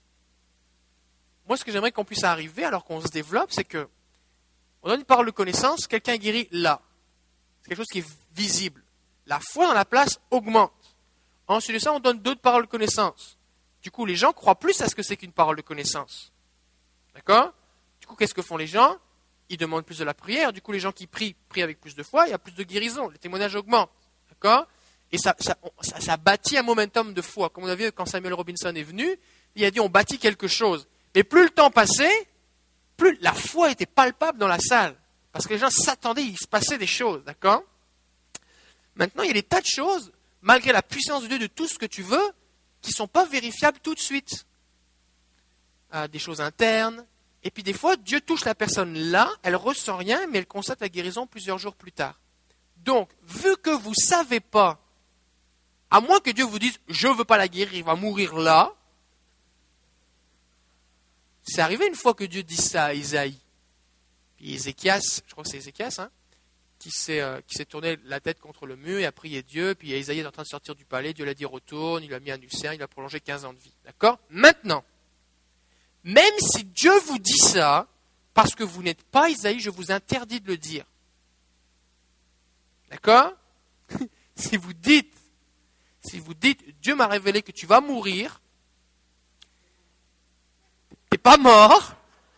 Moi, ce que j'aimerais qu'on puisse arriver, alors qu'on se développe, c'est que on donne une parole de connaissance, quelqu'un est guéri là. C'est quelque chose qui est visible. La foi dans la place augmente. Ensuite de ça, on donne d'autres paroles de connaissance. Du coup, les gens croient plus à ce que c'est qu'une parole de connaissance. D'accord? Du coup, qu'est-ce que font les gens? Ils demandent plus de la prière. Du coup, les gens qui prient, prient avec plus de foi, il y a plus de guérison. Les témoignages augmentent. D'accord? Et ça, ça, ça, ça bâtit un momentum de foi. Comme on a vu quand Samuel Robinson est venu, il a dit on bâtit quelque chose. Mais plus le temps passait, plus la foi était palpable dans la salle. Parce que les gens s'attendaient, il se passait des choses. D'accord? Maintenant, il y a des tas de choses, malgré la puissance de Dieu, de tout ce que tu veux, qui ne sont pas vérifiables tout de suite. Euh, des choses internes. Et puis des fois, Dieu touche la personne là, elle ne ressent rien, mais elle constate la guérison plusieurs jours plus tard. Donc, vu que vous ne savez pas, à moins que Dieu vous dise « je ne veux pas la guérir, il va mourir là », c'est arrivé une fois que Dieu dit ça à Isaïe. Puis Ézéchias, je crois que c'est Ézéchias, hein, qui s'est, euh, qui s'est tourné la tête contre le mur et a prié Dieu. Puis Isaïe est en train de sortir du palais. Dieu l'a dit retourne, il lui a mis un ulcère, il a prolongé quinze ans de vie. D'accord? Maintenant, même si Dieu vous dit ça, parce que vous n'êtes pas Isaïe, je vous interdis de le dire. D'accord? Si vous dites, si vous dites, Dieu m'a révélé que tu vas mourir, t'es pas mort,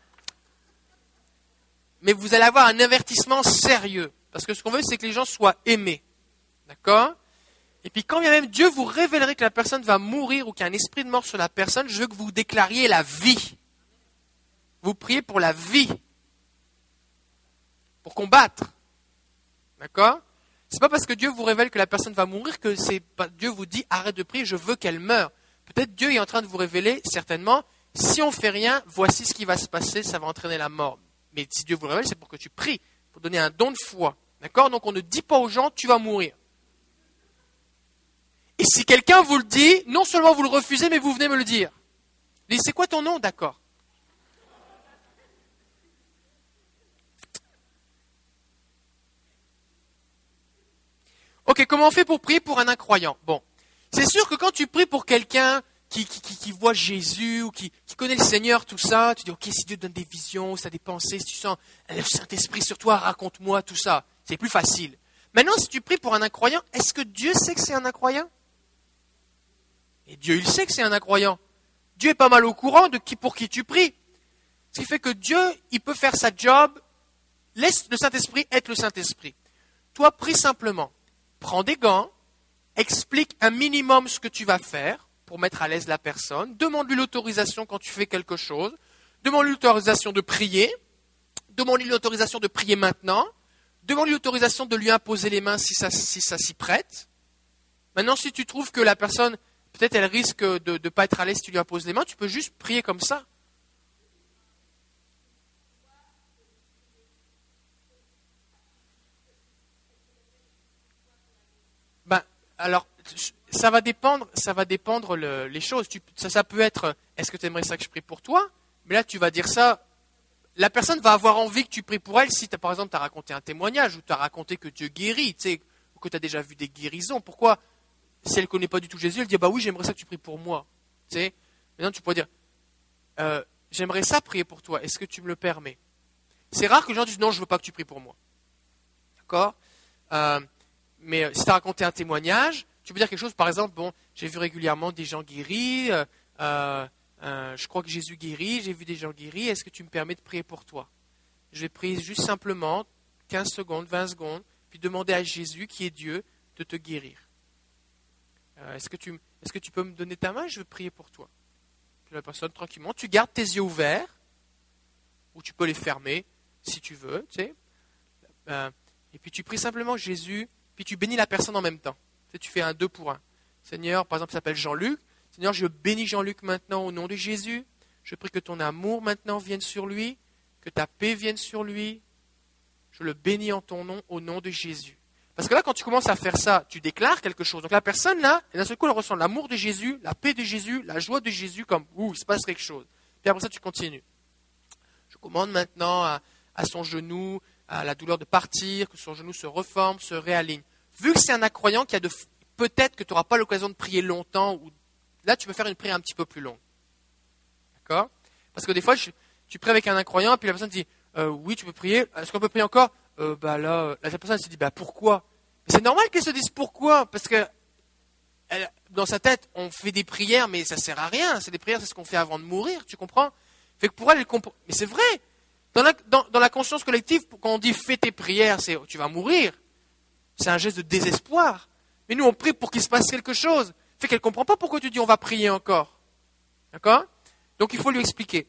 mais vous allez avoir un avertissement sérieux. Parce que ce qu'on veut, c'est que les gens soient aimés. D'accord? Et puis quand bien même Dieu vous révélerait que la personne va mourir ou qu'il y a un esprit de mort sur la personne, je veux que vous déclariez la vie. Vous priez pour la vie. Pour combattre. D'accord? C'est pas parce que Dieu vous révèle que la personne va mourir que c'est pas, Dieu vous dit arrête de prier, je veux qu'elle meure. Peut-être Dieu est en train de vous révéler, certainement, si on ne fait rien, voici ce qui va se passer, ça va entraîner la mort. Mais si Dieu vous le révèle, c'est pour que tu pries, pour donner un don de foi. D'accord? Donc on ne dit pas aux gens, tu vas mourir. Et si quelqu'un vous le dit, non seulement vous le refusez, mais vous venez me le dire. Il dit, c'est quoi ton nom? D'accord. Ok, comment on fait pour prier pour un incroyant? Bon, c'est sûr que quand tu pries pour quelqu'un qui, qui, qui, qui voit Jésus ou qui, qui connaît le Seigneur, tout ça, tu dis, ok, si Dieu te donne des visions, si tu as des pensées, si tu sens le Saint-Esprit sur toi, raconte-moi tout ça. C'est plus facile. Maintenant, si tu pries pour un incroyant, est-ce que Dieu sait que c'est un incroyant? Et Dieu, il sait que c'est un incroyant. Dieu est pas mal au courant de qui pour qui tu pries. Ce qui fait que Dieu, il peut faire sa job. Laisse le Saint-Esprit être le Saint-Esprit. Toi, prie simplement. Prends des gants, explique un minimum ce que tu vas faire pour mettre à l'aise la personne. Demande-lui l'autorisation quand tu fais quelque chose. Demande-lui l'autorisation de prier. Demande-lui l'autorisation de prier maintenant. Demande-lui l'autorisation de lui imposer les mains si ça, si ça s'y prête. Maintenant, si tu trouves que la personne, peut-être elle risque de ne pas être à l'aise si tu lui imposes les mains, tu peux juste prier comme ça. Ben, alors, ça va dépendre, ça va dépendre le, les choses. Tu, ça, ça peut être, est-ce que tu aimerais ça que je prie pour toi? Mais là, tu vas dire ça. La personne va avoir envie que tu pries pour elle si, t'as, par exemple, tu as raconté un témoignage ou tu as raconté que Dieu guérit, tu sais, ou que tu as déjà vu des guérisons. Pourquoi, si elle ne connaît pas du tout Jésus, elle dit, bah oui, j'aimerais ça que tu pries pour moi. Tu sais. Maintenant, tu pourrais dire, euh, j'aimerais ça prier pour toi, est-ce que tu me le permets? C'est rare que les gens disent, non, je ne veux pas que tu pries pour moi. D'accord? euh, Mais si tu as raconté un témoignage, tu peux dire quelque chose, par exemple, bon, j'ai vu régulièrement des gens guéris, euh, euh, Euh, je crois que Jésus guérit, j'ai vu des gens guéris, est-ce que tu me permets de prier pour toi? Je vais prier juste simplement quinze secondes, vingt secondes, puis demander à Jésus, qui est Dieu, de te guérir. Euh, est-ce que tu, est-ce que tu peux me donner ta main? Je veux prier pour toi. Puis la personne, tranquillement, tu gardes tes yeux ouverts, ou tu peux les fermer, si tu veux, tu sais. Euh, et puis tu pries simplement Jésus, puis tu bénis la personne en même temps. Tu sais, tu fais un deux pour un. Seigneur, par exemple, il s'appelle Jean-Luc. Seigneur, je bénis Jean-Luc maintenant au nom de Jésus. Je prie que ton amour maintenant vienne sur lui, que ta paix vienne sur lui. Je le bénis en ton nom, au nom de Jésus. Parce que là, quand tu commences à faire ça, tu déclares quelque chose. Donc la personne, là, d'un seul coup, elle ressent l'amour de Jésus, la paix de Jésus, la joie de Jésus, comme, ouh, il se passe quelque chose. Puis après ça, tu continues. Je commande maintenant à, à son genou, à la douleur de partir, que son genou se reforme, se réaligne. Vu que c'est un incroyant qui a de... Peut-être que tu n'auras pas l'occasion de prier longtemps ou là, tu peux faire une prière un petit peu plus longue. D'accord? Parce que des fois, je, tu pries avec un incroyant, et puis la personne dit euh, oui, tu peux prier. Est-ce qu'on peut prier encore? euh, bah là, La personne elle se dit bah, pourquoi? Mais c'est normal qu'elle se dise pourquoi. Parce que elle, dans sa tête, on fait des prières, mais ça ne sert à rien. C'est des prières, c'est ce qu'on fait avant de mourir, tu comprends? Fait que pour elle, elle comprend. Mais c'est vrai. Dans la, dans, dans la conscience collective, quand on dit fais tes prières, c'est tu vas mourir. C'est un geste de désespoir. Mais nous, on prie pour qu'il se passe quelque chose. Fait qu'elle ne comprend pas pourquoi tu dis on va prier encore. D'accord? Donc il faut lui expliquer.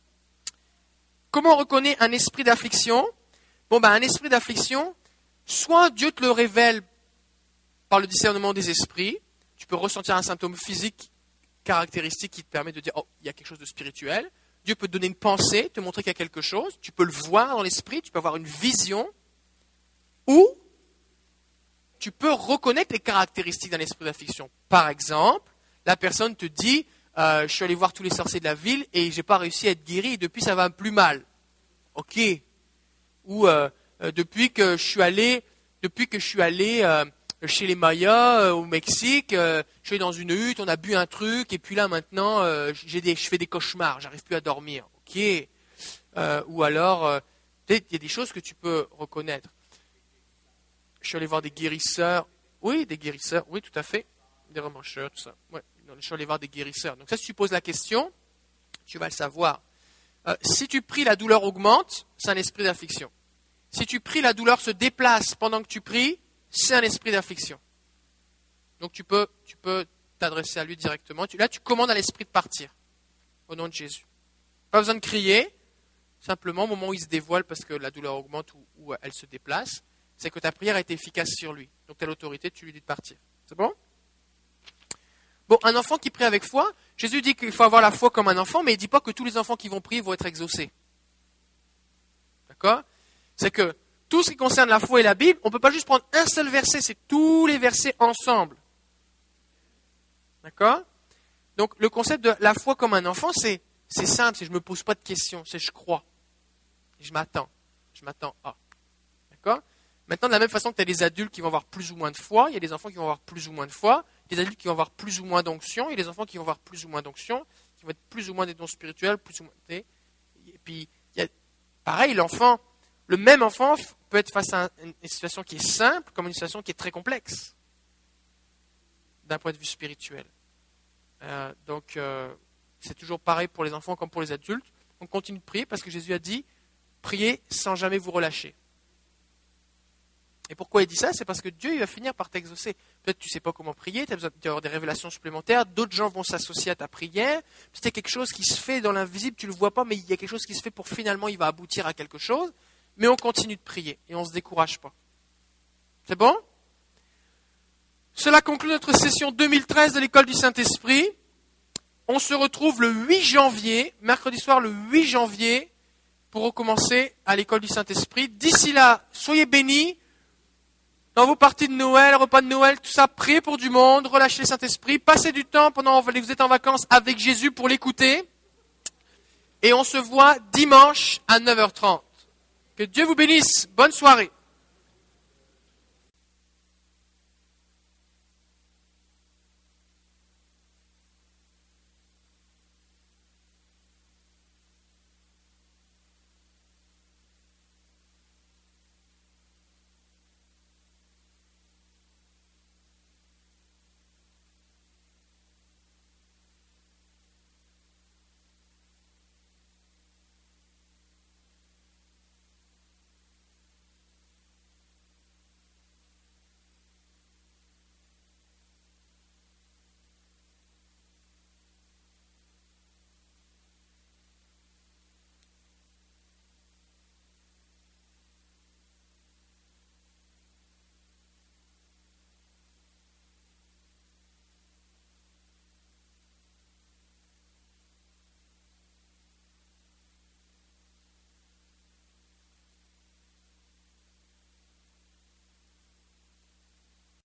Comment on reconnaît un esprit d'affliction? Bon, ben un esprit d'affliction, soit Dieu te le révèle par le discernement des esprits, tu peux ressentir un symptôme physique caractéristique qui te permet de dire oh, il y a quelque chose de spirituel. Dieu peut te donner une pensée, te montrer qu'il y a quelque chose, tu peux le voir dans l'esprit, tu peux avoir une vision, ou tu peux reconnaître les caractéristiques d'un esprit d'affliction. Par exemple, la personne te dit euh, « Je suis allé voir tous les sorciers de la ville et je n'ai pas réussi à être guéri et depuis ça va plus mal. » Ok. Ou euh, euh, depuis que je suis allé, depuis que je suis allé euh, chez les Mayas euh, au Mexique, euh, je suis dans une hutte, on a bu un truc et puis là maintenant euh, j'ai des, je fais des cauchemars, j'arrive plus à dormir. Ok. Euh, ou alors, euh, peut-être il y a des choses que tu peux reconnaître. Je suis allé voir des guérisseurs. Oui, des guérisseurs. Oui, tout à fait. Des remancheurs, tout ça. Ouais. Je suis allé voir des guérisseurs. Donc ça, si tu poses la question, tu vas le savoir. Euh, si tu pries, la douleur augmente, c'est un esprit d'affliction. Si tu pries, la douleur se déplace pendant que tu pries, c'est un esprit d'affliction. Donc tu peux, tu peux t'adresser à lui directement. Tu, là, tu commandes à l'esprit de partir. Au nom de Jésus. Pas besoin de crier. Simplement, au moment où il se dévoile parce que la douleur augmente ou, ou elle se déplace, c'est que ta prière a été efficace sur lui. Donc tu as l'autorité, tu lui dis de partir. C'est bon? Bon, un enfant qui prie avec foi, Jésus dit qu'il faut avoir la foi comme un enfant, mais il ne dit pas que tous les enfants qui vont prier vont être exaucés. D'accord? C'est que tout ce qui concerne la foi et la Bible, on ne peut pas juste prendre un seul verset, c'est tous les versets ensemble. D'accord? Donc le concept de la foi comme un enfant, c'est, c'est simple, c'est je ne me pose pas de questions, c'est je crois. Je m'attends. Je m'attends à. D'accord? Maintenant, de la même façon que tu as des adultes qui vont avoir plus ou moins de foi, il y a des enfants qui vont avoir plus ou moins de foi, des adultes qui vont avoir plus ou moins d'onction, il y a des enfants qui vont avoir plus ou moins d'onction, qui vont être plus ou moins des dons spirituels, plus ou moins. Et puis, il y a, pareil, l'enfant, le même enfant peut être face à une situation qui est simple comme une situation qui est très complexe, d'un point de vue spirituel. Euh, donc, euh, c'est toujours pareil pour les enfants comme pour les adultes. On continue de prier parce que Jésus a dit, priez sans jamais vous relâcher. Et pourquoi il dit ça? C'est parce que Dieu il va finir par t'exaucer. Peut-être que tu ne sais pas comment prier, tu as besoin d'avoir des révélations supplémentaires, d'autres gens vont s'associer à ta prière. C'est quelque chose qui se fait dans l'invisible, tu ne le vois pas, mais il y a quelque chose qui se fait pour finalement il va aboutir à quelque chose. Mais on continue de prier et on ne se décourage pas. C'est bon? Cela conclut notre session deux mille treize de l'école du Saint-Esprit. On se retrouve le huit janvier, mercredi soir le huit janvier, pour recommencer à l'école du Saint-Esprit. D'ici là, soyez bénis. Dans vos parties de Noël, repas de Noël, tout ça, priez pour du monde, relâchez le Saint-Esprit, passez du temps pendant que vous êtes en vacances avec Jésus pour l'écouter. Et on se voit dimanche à neuf heures trente. Que Dieu vous bénisse. Bonne soirée.